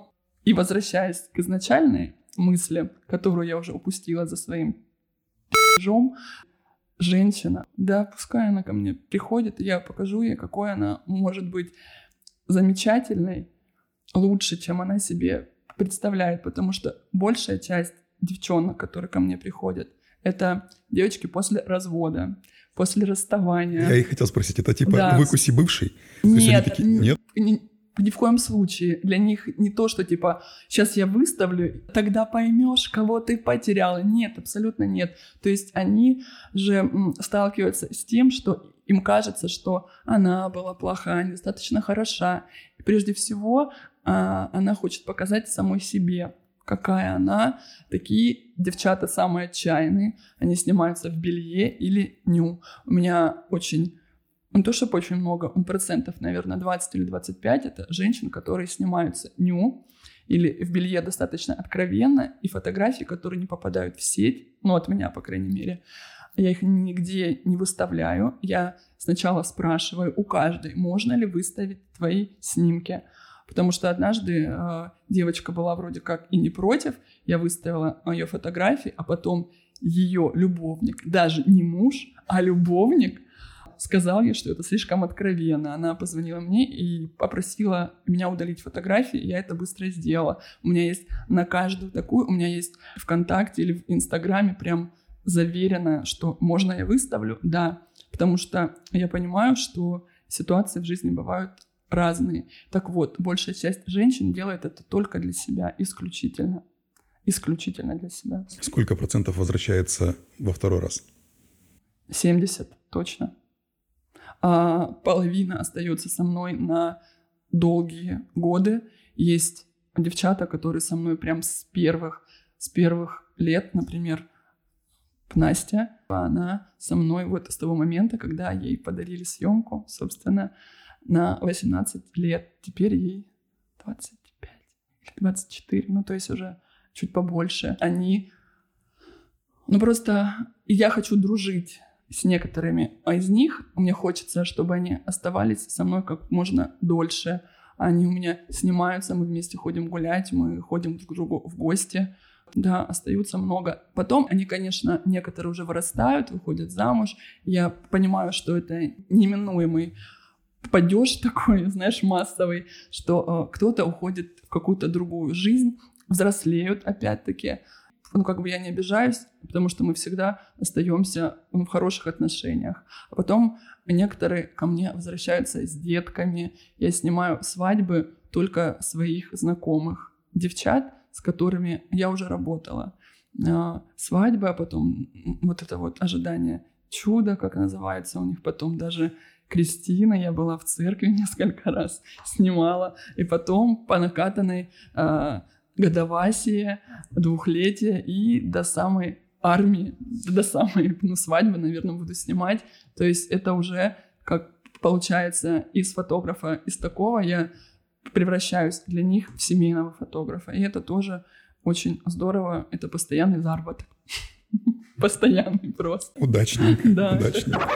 И возвращаясь к изначальной мысли, которую я уже упустила за своим пи***жом, женщина, да, пускай она ко мне приходит, и я покажу ей, какой она может быть замечательной, лучше, чем она себе представляет, потому что большая часть девчонок, которые ко мне приходят, это девочки после развода, после расставания. Я и хотел спросить, это типа Да. выкуси бывший? То Нет, есть они такие, нет? Ни в коем случае. Для них не то, что типа сейчас я выставлю, тогда поймешь, кого ты потеряла. Нет, абсолютно нет. То есть они же сталкиваются с тем, что им кажется, что она была плохая, недостаточно хороша. И прежде всего она хочет показать самой себе, какая она. Такие девчата самые отчаянные. Они снимаются в белье или ню. У меня очень... Не то, чтобы очень много, процентов, наверное, 20 или 25 это женщин, которые снимаются ню или в белье достаточно откровенно, и фотографии, которые не попадают в сеть, ну, от меня, по крайней мере. Я их нигде не выставляю. Я сначала спрашиваю у каждой, можно ли выставить твои снимки. Потому что однажды девочка была вроде как и не против, я выставила ее фотографии, а потом ее любовник, даже не муж, а любовник, сказал ей, что это слишком откровенно. Она позвонила мне и попросила меня удалить фотографии, я это быстро сделала. У меня есть на каждую такую, у меня есть ВКонтакте или в Инстаграме прям заверено, что можно я выставлю, да, потому что я понимаю, что ситуации в жизни бывают разные. Так вот, большая часть женщин делает это только для себя, исключительно для себя. Сколько процентов возвращается во второй раз? 70, точно. А половина остается со мной на долгие годы. Есть девчата, которые со мной прям с первых лет, например, Настя, она со мной вот с того момента, когда ей подарили съемку, собственно, на 18 лет. Теперь ей 25 или 24, ну то есть уже чуть побольше. Они, просто я хочу дружить с некоторыми из них. Мне хочется, чтобы они оставались со мной как можно дольше. Они у меня снимаются, мы вместе ходим гулять, мы ходим друг к другу в гости. Да, остаются много. Потом они, конечно, некоторые уже вырастают, выходят замуж. Я понимаю, что это неминуемый падеж такой, знаешь, массовый, что кто-то уходит в какую-то другую жизнь, взрослеют опять-таки. Я не обижаюсь, потому что мы всегда остаемся в хороших отношениях. А потом некоторые ко мне возвращаются с детками. Я снимаю свадьбы только своих знакомых девчат, с которыми я уже работала. Свадьба, а потом вот это вот ожидание чуда, как называется у них, потом даже Кристина, я была в церкви несколько раз, снимала, и потом по накатанной годовасие, двухлетие и до самой армии, до самой свадьбы, наверное, буду снимать. То есть это уже, как получается, из фотографа, из такого я превращаюсь для них в семейного фотографа. И это тоже очень здорово. Это постоянный заработок. Постоянный просто. Удачненько. Да. Удачненько.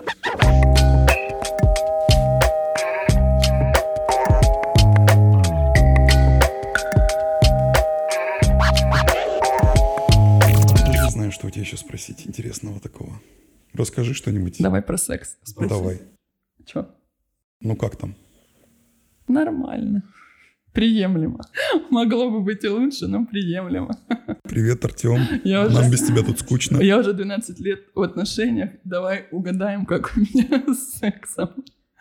Не знаю, что у тебя еще спросить интересного такого. Расскажи что-нибудь. Давай про секс спроси. Давай. Чё? Ну как там? Нормально. Приемлемо. Могло бы быть и лучше, но приемлемо. Привет, Артем. Нам без тебя тут скучно. Я уже 12 лет в отношениях. Давай угадаем, как у меня с сексом.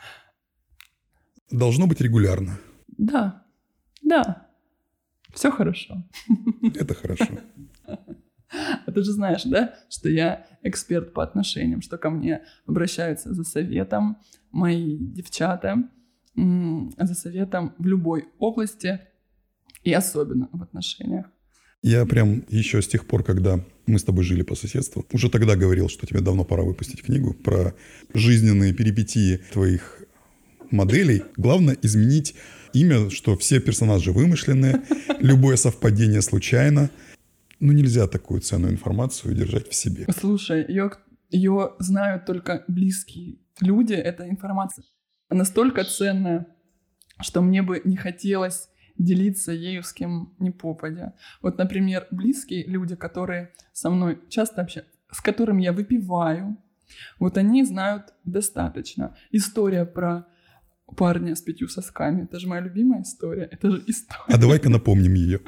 Должно быть регулярно. Да. Все хорошо. Это хорошо. А ты же знаешь, да, что я эксперт по отношениям, что ко мне обращаются за советом мои девчата, за советом в любой области и особенно в отношениях. Я прям еще с тех пор, когда мы с тобой жили по соседству, уже тогда говорил, что тебе давно пора выпустить книгу про жизненные перипетии твоих моделей. Главное изменить имя, что все персонажи вымышленные, любое совпадение случайно. Нельзя такую ценную информацию держать в себе. Слушай, ее знают только близкие люди, эта информация настолько ценная, что мне бы не хотелось делиться ею с кем ни попадя. Вот, например, близкие люди, которые со мной часто общаются, с которыми я выпиваю, вот они знают достаточно. История про парня с 5 сосками, это же моя любимая история, это же история. А давай-ка напомним ее.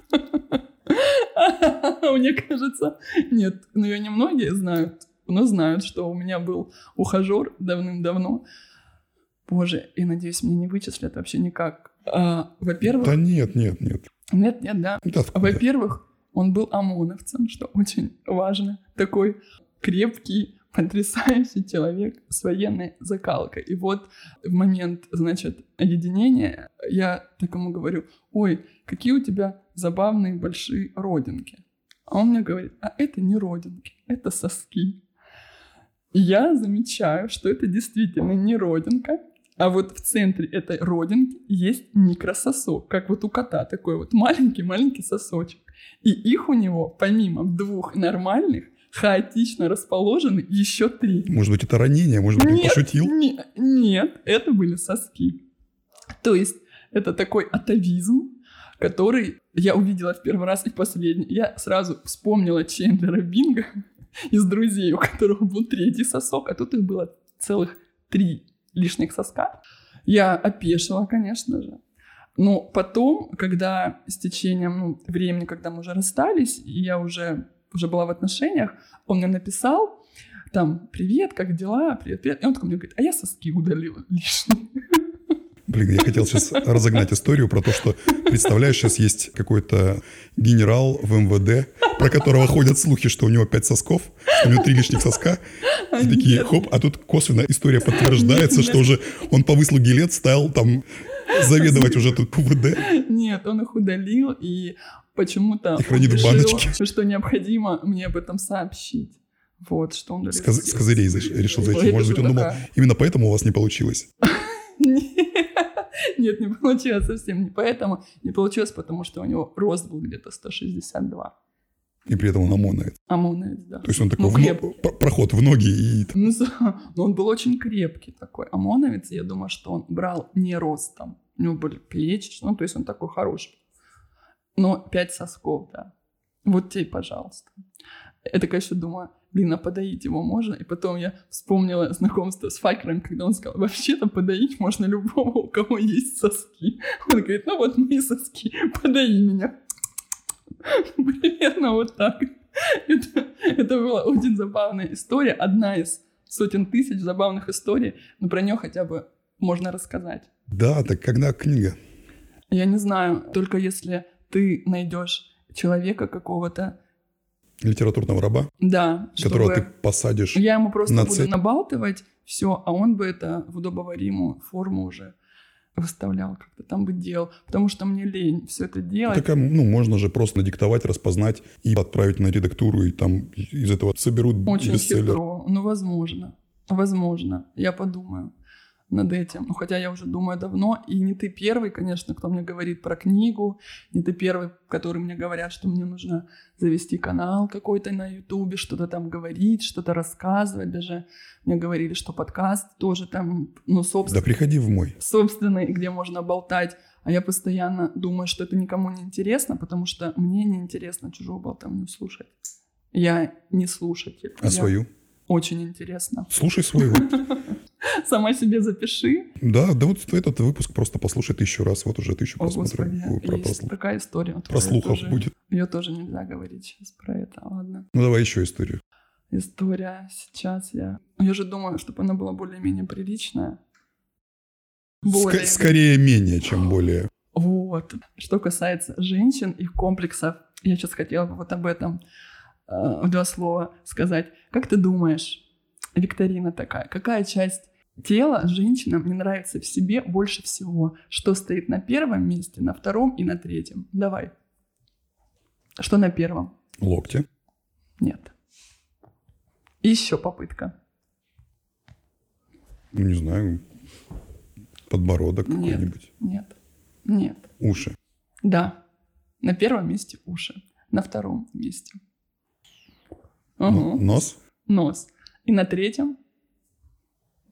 Мне кажется, нет, но ее немногие знают, но знают, что у меня был ухажер давным-давно. Боже, и надеюсь, мне не вычислят вообще никак. Во-первых... Да нет. Нет, да. Во-первых, он был ОМОНовцем, что очень важно. Такой крепкий, потрясающий человек с военной закалкой. И вот в момент, значит, единения я такому говорю: ой, какие у тебя забавные большие родинки. А он мне говорит: а это не родинки, это соски. И я замечаю, что это действительно не родинка, а вот в центре этой родинки есть микрососок, как вот у кота такой вот маленький-маленький сосочек. И их у него, помимо 2 нормальных, хаотично расположены еще 3. Может быть, это ранение? Может быть, он пошутил? Нет, это были соски. То есть это такой атовизм, который я увидела в первый раз и последний. Я сразу вспомнила Чендлера Бинга из «Друзей», у которого был 3-й сосок, а тут их было целых 3 лишних соска. Я опешила, конечно же. Но потом, когда с течением времени, когда мы уже расстались, и я уже была в отношениях, он мне написал там: привет, как дела, привет. И он такой мне говорит: а я соски удалила лишние. Блин, я хотел сейчас разогнать историю про то, что, представляешь, сейчас есть какой-то генерал в МВД, про которого ходят слухи, что у него 5 сосков, что у него 3 лишних соска. И такие, хоп, а тут косвенно история подтверждается, что уже он по выслуге лет стал там заведовать уже тут ПВД. Нет, он их удалил и почему-то хранит в баночке, что необходимо мне об этом сообщить. Вот, что он удалил. С козырей решил зайти. Может быть, он думал, именно поэтому у вас не получилось? Нет, не получилось совсем не поэтому. Не получилось, потому что у него рост был где-то 162. И при этом он ОМОНовец. ОМОНовец, да. То есть он такой проход в ноги и... Ну, он был очень крепкий такой ОМОНовец. Я думаю, что он брал не ростом. У него были плечи, то есть он такой хороший. Но 5 сосков, да. Вот тебе, пожалуйста. Я такая еще думаю: блин, а подоить его можно? И потом я вспомнила знакомство с Факером, когда он сказал: вообще-то подоить можно любого, у кого есть соски. Он говорит: ну вот мои соски, подои меня. Примерно вот так. Это была очень забавная история. Одна из сотен тысяч забавных историй, но про нее хотя бы можно рассказать. Да, так когда книга? Я не знаю, только если ты найдешь человека какого-то, литературного раба? Да. Которого ты посадишь. Я ему просто буду набалтывать все, а он бы это в удобоваримую форму уже выставлял, как-то там бы делал. Потому что мне лень все это делать. Так, можно же просто надиктовать, распознать и отправить на редактуру, и там из этого соберут очень бестселлер. Хитро. Возможно. Я подумаю над этим. Хотя я уже думаю давно, и не ты первый, конечно, кто мне говорит про книгу, не ты первый, который мне говорят, что мне нужно завести канал какой-то на Ютубе, что-то там говорить, что-то рассказывать. Даже мне говорили, что подкаст тоже там, собственно... Да приходи в мой. Собственный, где можно болтать. А я постоянно думаю, что это никому не интересно, потому что мне не интересно чужую болтовню слушать. Я не слушатель. Свою? Очень интересно. Слушай свою. Сама себе запиши. Да, вот этот выпуск просто послушай 1000 раз. Вот уже 1000 просмотров. Есть такая история. Прослухов будет. Ее тоже нельзя говорить сейчас про это, ладно. Давай еще историю. История сейчас я же думаю, чтобы она была более-менее приличная. Скорее менее, чем более. Вот. Что касается женщин, их комплексов, я сейчас хотела бы вот об этом в 2 слова сказать. Как ты думаешь, викторина такая, какая часть тела женщинам не нравится в себе больше всего? Что стоит на 1 месте, на 2 и на 3? Давай. Что на 1? Локти. Нет. Еще попытка. Не знаю. Подбородок какой-нибудь. Нет. Уши. Да. На 1 месте уши. На 2 месте. Нос. И на 3?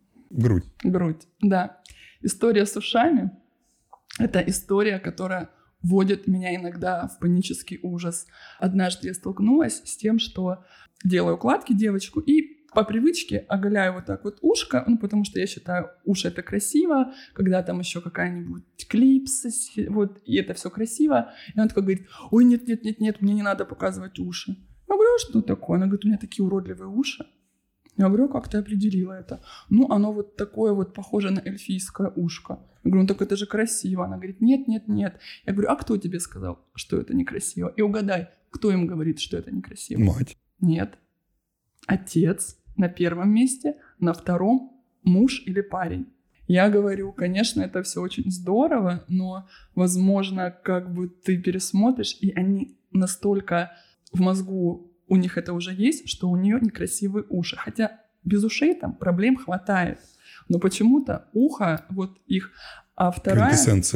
Грудь. Да. История с ушами — это история, которая вводит меня иногда в панический ужас. Однажды я столкнулась с тем, что делаю укладки девочку и по привычке оголяю вот так вот ушко, ну, потому что я считаю, уши — это красиво, когда там еще какая-нибудь клипса, вот, и это все красиво. И она такая говорит: ой, нет, мне не надо показывать уши. Я говорю: а что такое? Она говорит: у меня такие уродливые уши. Я говорю: как ты определила это? Ну, оно вот такое вот похоже на эльфийское ушко. Я говорю: ну так это же красиво. Она говорит: нет. Я говорю: а кто тебе сказал, что это некрасиво? И угадай, кто им говорит, что это некрасиво? Мать. Нет. Отец на первом месте, на втором муж или парень. Я говорю: конечно, это все очень здорово, но, возможно, как бы ты пересмотришь, и они настолько в мозгу, у них это уже есть, что у нее некрасивые уши. Хотя без ушей там проблем хватает. Но почему-то ухо, вот их... второе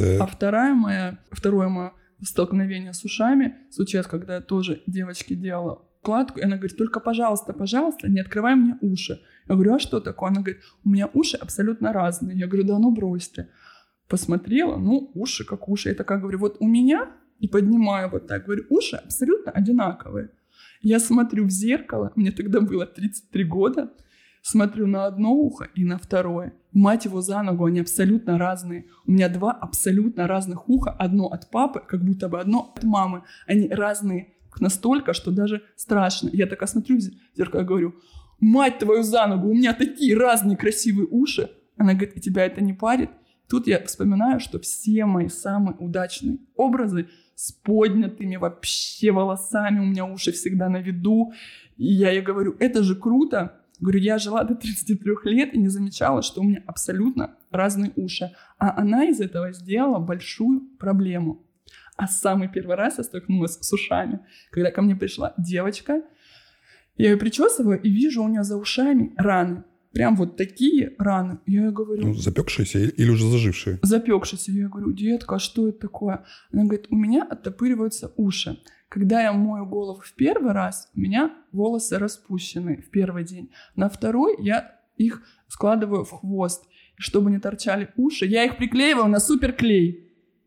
мое столкновение с ушами случилось, когда я тоже девочке делала укладку, и она говорит: только, пожалуйста, не открывай мне уши. Я говорю: а что такое? Она говорит: у меня уши абсолютно разные. Я говорю: да ну брось ты. Посмотрела, уши как уши. Я такая говорю: вот у меня, и поднимаю вот так, говорю, уши абсолютно одинаковые. Я смотрю в зеркало, мне тогда было 33 года, смотрю на одно ухо и на второе. Мать его за ногу, они абсолютно разные. У меня 2 абсолютно разных уха. Одно от папы, как будто бы одно от мамы. Они разные настолько, что даже страшно. Я такая смотрю в зеркало и говорю: мать твою за ногу, у меня такие разные красивые уши. Она говорит: и тебя это не парит? Тут я вспоминаю, что все мои самые удачные образы с поднятыми вообще волосами, у меня уши всегда на виду. И я ей говорю: это же круто. Говорю: я жила до 33 лет и не замечала, что у меня абсолютно разные уши. А она из этого сделала большую проблему. А самый первый раз я столкнулась с ушами, когда ко мне пришла девочка. Я ее причесываю и вижу у нее за ушами раны. Прям вот такие раны. Я ей говорю... запекшиеся или уже зажившие? Запекшиеся. Я говорю: детка, а что это такое? Она говорит: у меня оттопыриваются уши. Когда я мою голову в первый раз, у меня волосы распущены в первый день. На второй я их складываю в хвост. И чтобы не торчали уши, я их приклеиваю на суперклей.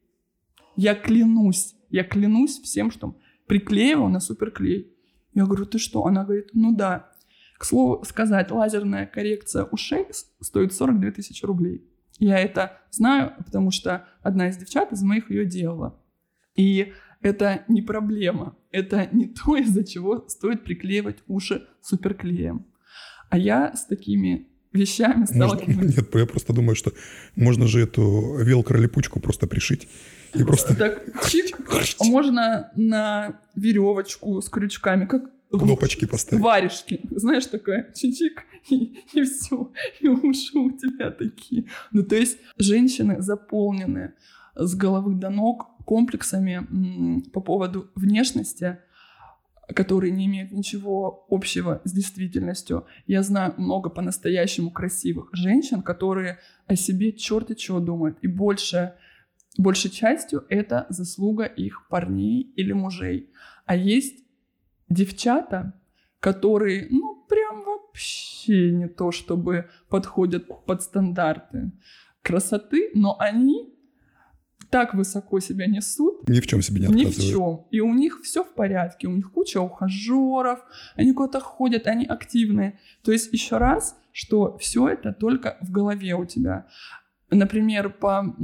Я клянусь всем, что приклеиваю на суперклей. Я говорю: ты что? Она говорит: ну да. К слову сказать, лазерная коррекция ушей стоит 42 тысячи рублей. Я это знаю, потому что одна из девчат из моих ее делала. И это не проблема. Это не то, из-за чего стоит приклеивать уши суперклеем. А я с такими вещами сталкиваюсь. Нет, я просто думаю, что можно же эту велкро-липучку просто пришить. И просто... Так, чик, можно на веревочку с крючками, как кнопочки поставить. Варежки. Знаешь, такая чик-чик, и все. И уши у тебя такие. Ну, то есть женщины заполнены с головы до ног комплексами по поводу внешности, которые не имеют ничего общего с действительностью. Я знаю много по-настоящему красивых женщин, которые о себе черти чего думают. И большей частью это заслуга их парней или мужей. А есть девчата, которые, прям вообще не то, чтобы подходят под стандарты красоты, но они так высоко себя несут. Ни в чем себе не отказывают. Ни в чем. И у них все в порядке. У них куча ухажеров, они куда-то ходят, они активные. То есть еще раз, что все это только в голове у тебя. Например, по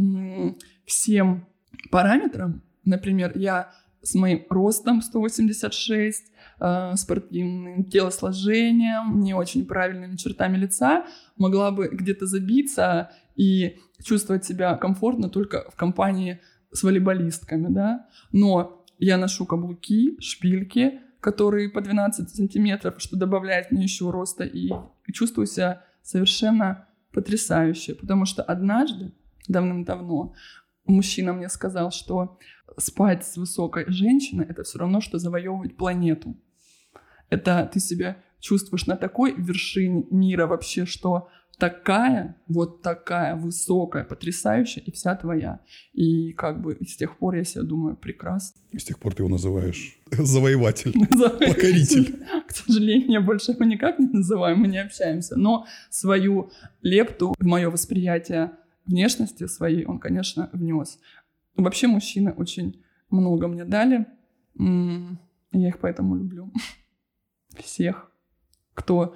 всем параметрам, например, я с моим ростом 186, спортивным телосложением, не очень правильными чертами лица, могла бы где-то забиться и чувствовать себя комфортно только в компании с волейболистками, да. Но я ношу каблуки, шпильки, которые по 12 сантиметров, что добавляет мне еще роста, и чувствую себя совершенно потрясающе, потому что однажды, давным-давно, мужчина мне сказал, что спать с высокой женщиной — это все равно, что завоевывать планету. Это ты себя чувствуешь на такой вершине мира вообще, что такая высокая, потрясающая, и вся твоя. И как бы с тех пор я себя думаю: прекрасно. И с тех пор ты его называешь завоеватель, покоритель. К сожалению, я больше его никак не называю, мы не общаемся. Но свою лепту в мое восприятие внешности своей он, конечно, внес. Вообще мужчины очень много мне дали. Я их поэтому люблю. Всех, кто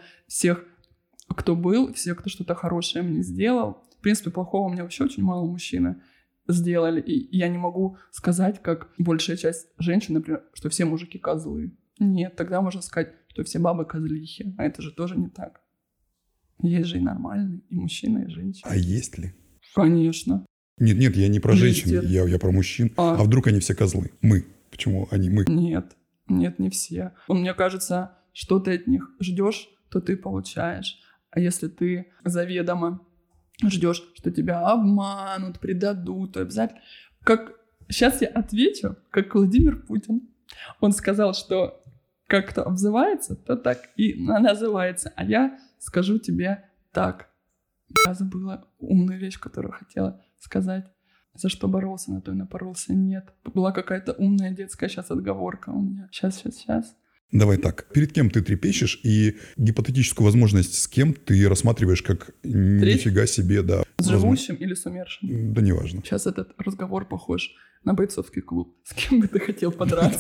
был, всех, кто что-то хорошее мне сделал. В принципе, плохого мне вообще очень мало мужчины сделали. И я не могу сказать, как большая часть женщин, например, что все мужики козлы. Нет, тогда можно сказать, что все бабы козлихи. А это же тоже не так. Есть же и нормальные, и мужчины, и женщины. А есть ли? Конечно. Нет, я не про женщин, я про мужчин. А вдруг они все козлы? Мы. Почему они мы? Нет, не все. Мне кажется, что ты от них ждешь, то ты получаешь. А если ты заведомо ждешь, что тебя обманут, предадут, то обязательно... Сейчас я отвечу, как Владимир Путин. Он сказал, что как кто обзывается, то так и называется. А я скажу тебе так. Я забыла умную вещь, которую хотела сказать. За что боролся, на то и напоролся. Нет. Была какая-то умная детская сейчас отговорка у меня. Сейчас. Давай так. Перед кем ты трепещешь и гипотетическую возможность с кем ты рассматриваешь как нифига себе, да. С живущим или с умершим? Да неважно. Сейчас этот разговор похож на бойцовский клуб. С кем бы ты хотел подраться?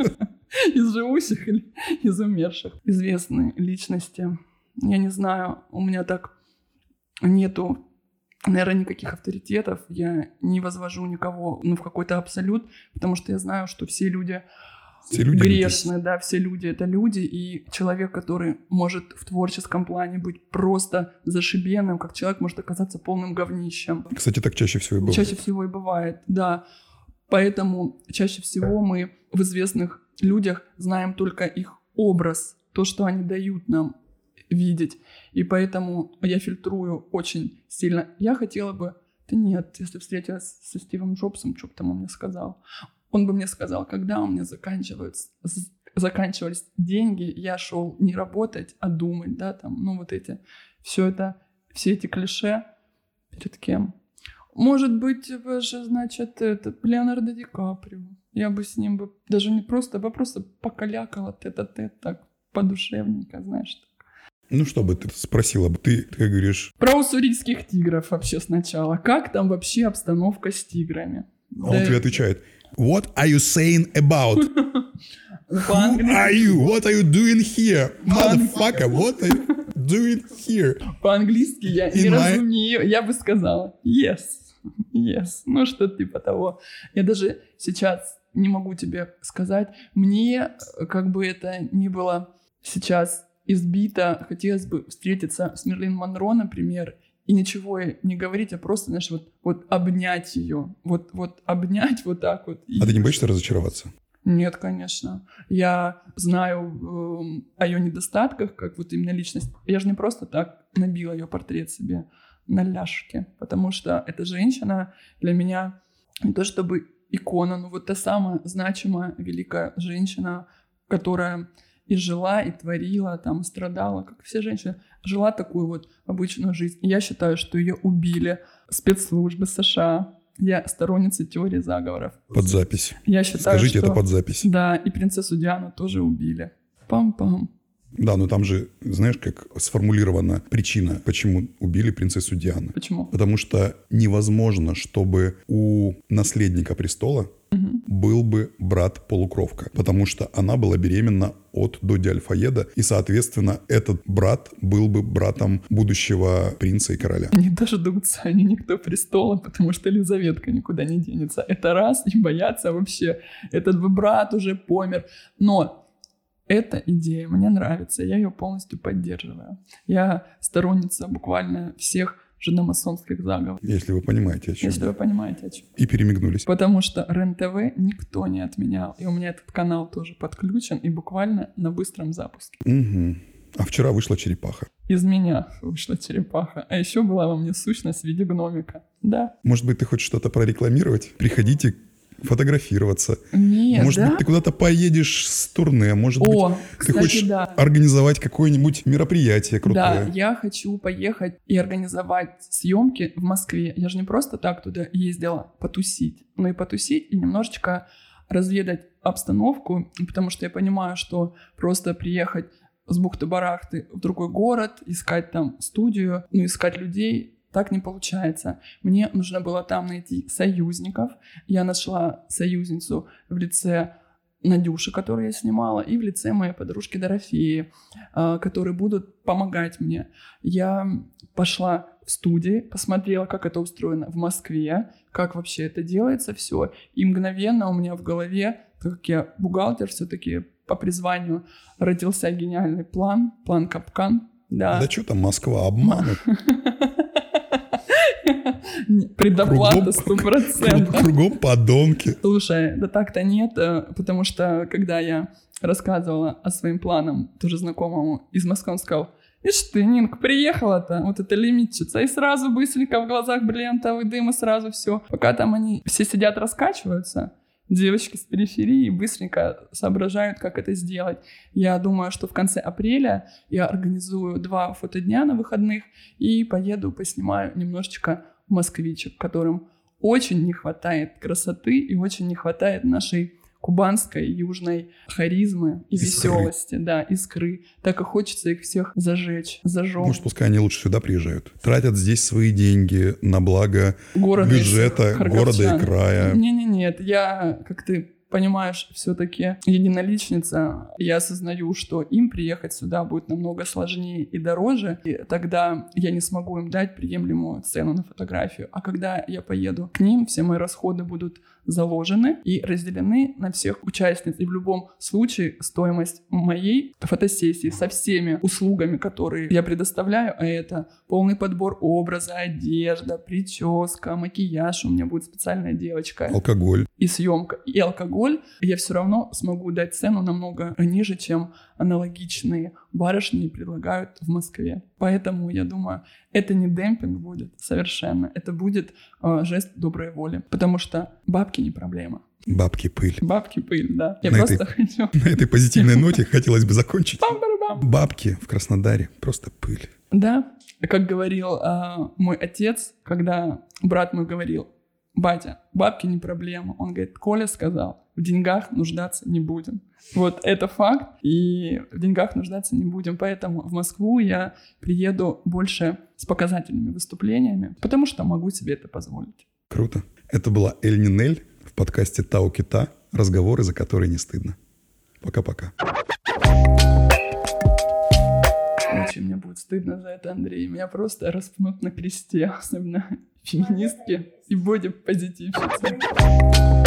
Из живущих или из умерших? Известные личности. Я не знаю, у меня так нету, наверное, никаких авторитетов. Я не возвожу никого в какой-то абсолют, потому что я знаю, что все люди грешны, да, все люди — это люди, и человек, который может в творческом плане быть просто зашибенным, как человек может оказаться полным говнищем. Кстати, так чаще всего и бывает. Чаще всего и бывает, да. Поэтому чаще всего мы в известных людях знаем только их образ, то, что они дают нам видеть. И поэтому я фильтрую очень сильно. Я хотела бы... Да нет, если встретилась со Стивом Джобсом, что бы там он мне сказал? Он бы мне сказал, когда у меня заканчивались деньги, я шел не работать, а думать, да, там, вот эти, все эти клише перед кем? Может быть, же, значит, Леонардо Ди Каприо. Я бы с ним бы даже не просто, просто покалякала тет-а-тет, так, подушевненько, знаешь, так. Ну, что бы ты спросила бы, ты как говоришь... Про уссурийских тигров вообще сначала. Как там вообще обстановка с тиграми? А он тебе отвечает: What are you saying about? Who are you? What are you doing here? Motherfucker, what are you doing here? По-английски я не разумею. Я бы сказала yes. Ну, что-то типа того. Я даже сейчас не могу тебе сказать. Мне, как бы это ни было сейчас избито, хотелось бы встретиться с Мерлин Монро, например, и ничего не говорить, а просто, знаешь, вот обнять ее. Вот обнять вот так вот. А ты не боишься разочароваться? Нет, конечно. Я знаю о ее недостатках, как вот именно личность. Я же не просто так набила ее портрет себе на ляжке, потому что эта женщина для меня не то чтобы икона, но вот та самая значимая, великая женщина, которая и жила, и творила, там, и страдала, как все женщины, жила такую вот обычную жизнь. И я считаю, что ее убили спецслужбы США. Я сторонница теории заговоров. Под запись. Я считаю, Скажите, что... это под запись. Да, и принцессу Диану тоже убили. Пам-пам. Да, но там же, знаешь, как сформулирована причина, почему убили принцессу Диану. Почему? Потому что невозможно, чтобы у наследника престола был бы брат-полукровка, потому что она была беременна от Доди Аль-Фаеда, и, соответственно, этот брат был бы братом будущего принца и короля. Не дождутся они никто престола, потому что Елизаветка никуда не денется. Это раз, и боятся вообще. Этот бы брат уже помер. Но эта идея мне нравится, я ее полностью поддерживаю. Я сторонница буквально всех жидомасонских заговоров. Если вы понимаете, о чем. Если вы понимаете, о чем. И перемигнулись. Потому что РЕН-ТВ никто не отменял. И у меня этот канал тоже подключен, и буквально на быстром запуске. Угу. А вчера вышла черепаха. Из меня вышла черепаха. А еще была во мне сущность в виде гномика. Да. Может быть, ты хочешь что-то прорекламировать? Приходите фотографироваться. Нет, может быть, ты куда-то поедешь с турне. Может быть, ты хочешь организовать какое-нибудь мероприятие крутое. Да, я хочу поехать и организовать съемки в Москве. Я же не просто так туда ездила потусить, но и потусить, и немножечко разведать обстановку, потому что я понимаю, что просто приехать с бухты-барахты в другой город, искать там студию, искать людей, так не получается. Мне нужно было там найти союзников. Я нашла союзницу в лице Надюши, которую я снимала, и в лице моей подружки Дорофеи, которые будут помогать мне. Я пошла в студии, посмотрела, как это устроено в Москве, как вообще это делается все, и мгновенно у меня в голове, так как я бухгалтер все-таки по призванию, родился гениальный план «Капкан». Да что там Москва обманут? Предоплата 100%. Кругом подонки. Слушай, да так-то нет, потому что когда я рассказывала о своим планам тоже знакомому из Москвы, он сказал: «Ишь ты, Нинка, приехала-то, вот это лимитчица», и сразу быстренько в глазах бриллиантовый дым, и сразу все. Пока там они все сидят, раскачиваются, девочки с периферии быстренько соображают, как это сделать. Я думаю, что в конце апреля я организую 2 фотодня на выходных и поеду поснимаю немножечко москвичек, которым очень не хватает красоты и очень не хватает нашей кубанской, южной харизмы и веселости, да, искры. Так и хочется их всех зажечь, зажёг. Может, пускай они лучше сюда приезжают. Тратят здесь свои деньги на благо бюджета города и края. Нет, я, как ты понимаешь, все-таки единоличница. Я осознаю, что им приехать сюда будет намного сложнее и дороже, и тогда я не смогу им дать приемлемую цену на фотографию. А когда я поеду к ним, все мои расходы будут заложены и разделены на всех участниц. И в любом случае стоимость моей фотосессии со всеми услугами, которые я предоставляю, а это полный подбор образа, одежда, прическа, макияж, у меня будет специальная девочка. Алкоголь. И съемка, и алкоголь, я все равно смогу дать цену намного ниже, чем аналогичные барышни предлагают в Москве. Поэтому, я думаю, это не демпинг будет совершенно, это будет жест доброй воли, потому что бабки не проблема. Бабки пыль. Бабки пыль, да. Я на просто хочу... На этой позитивной ноте хотелось бы закончить. Бабки в Краснодаре просто пыль. Да, как говорил мой отец, когда брат мой говорил: «Батя, бабки не проблема». Он говорит: «Коля сказал, в деньгах нуждаться не будем». Вот это факт, и в деньгах нуждаться не будем. Поэтому в Москву я приеду больше с показательными выступлениями, потому что могу себе это позволить. Круто. Это была Эль Нинель в подкасте «Тау Кита». Разговоры, за которые не стыдно. Пока-пока. Очень мне будет стыдно за это, Андрей. Меня просто распнут на кресте, особенно феминистки и бодипозитивщицы.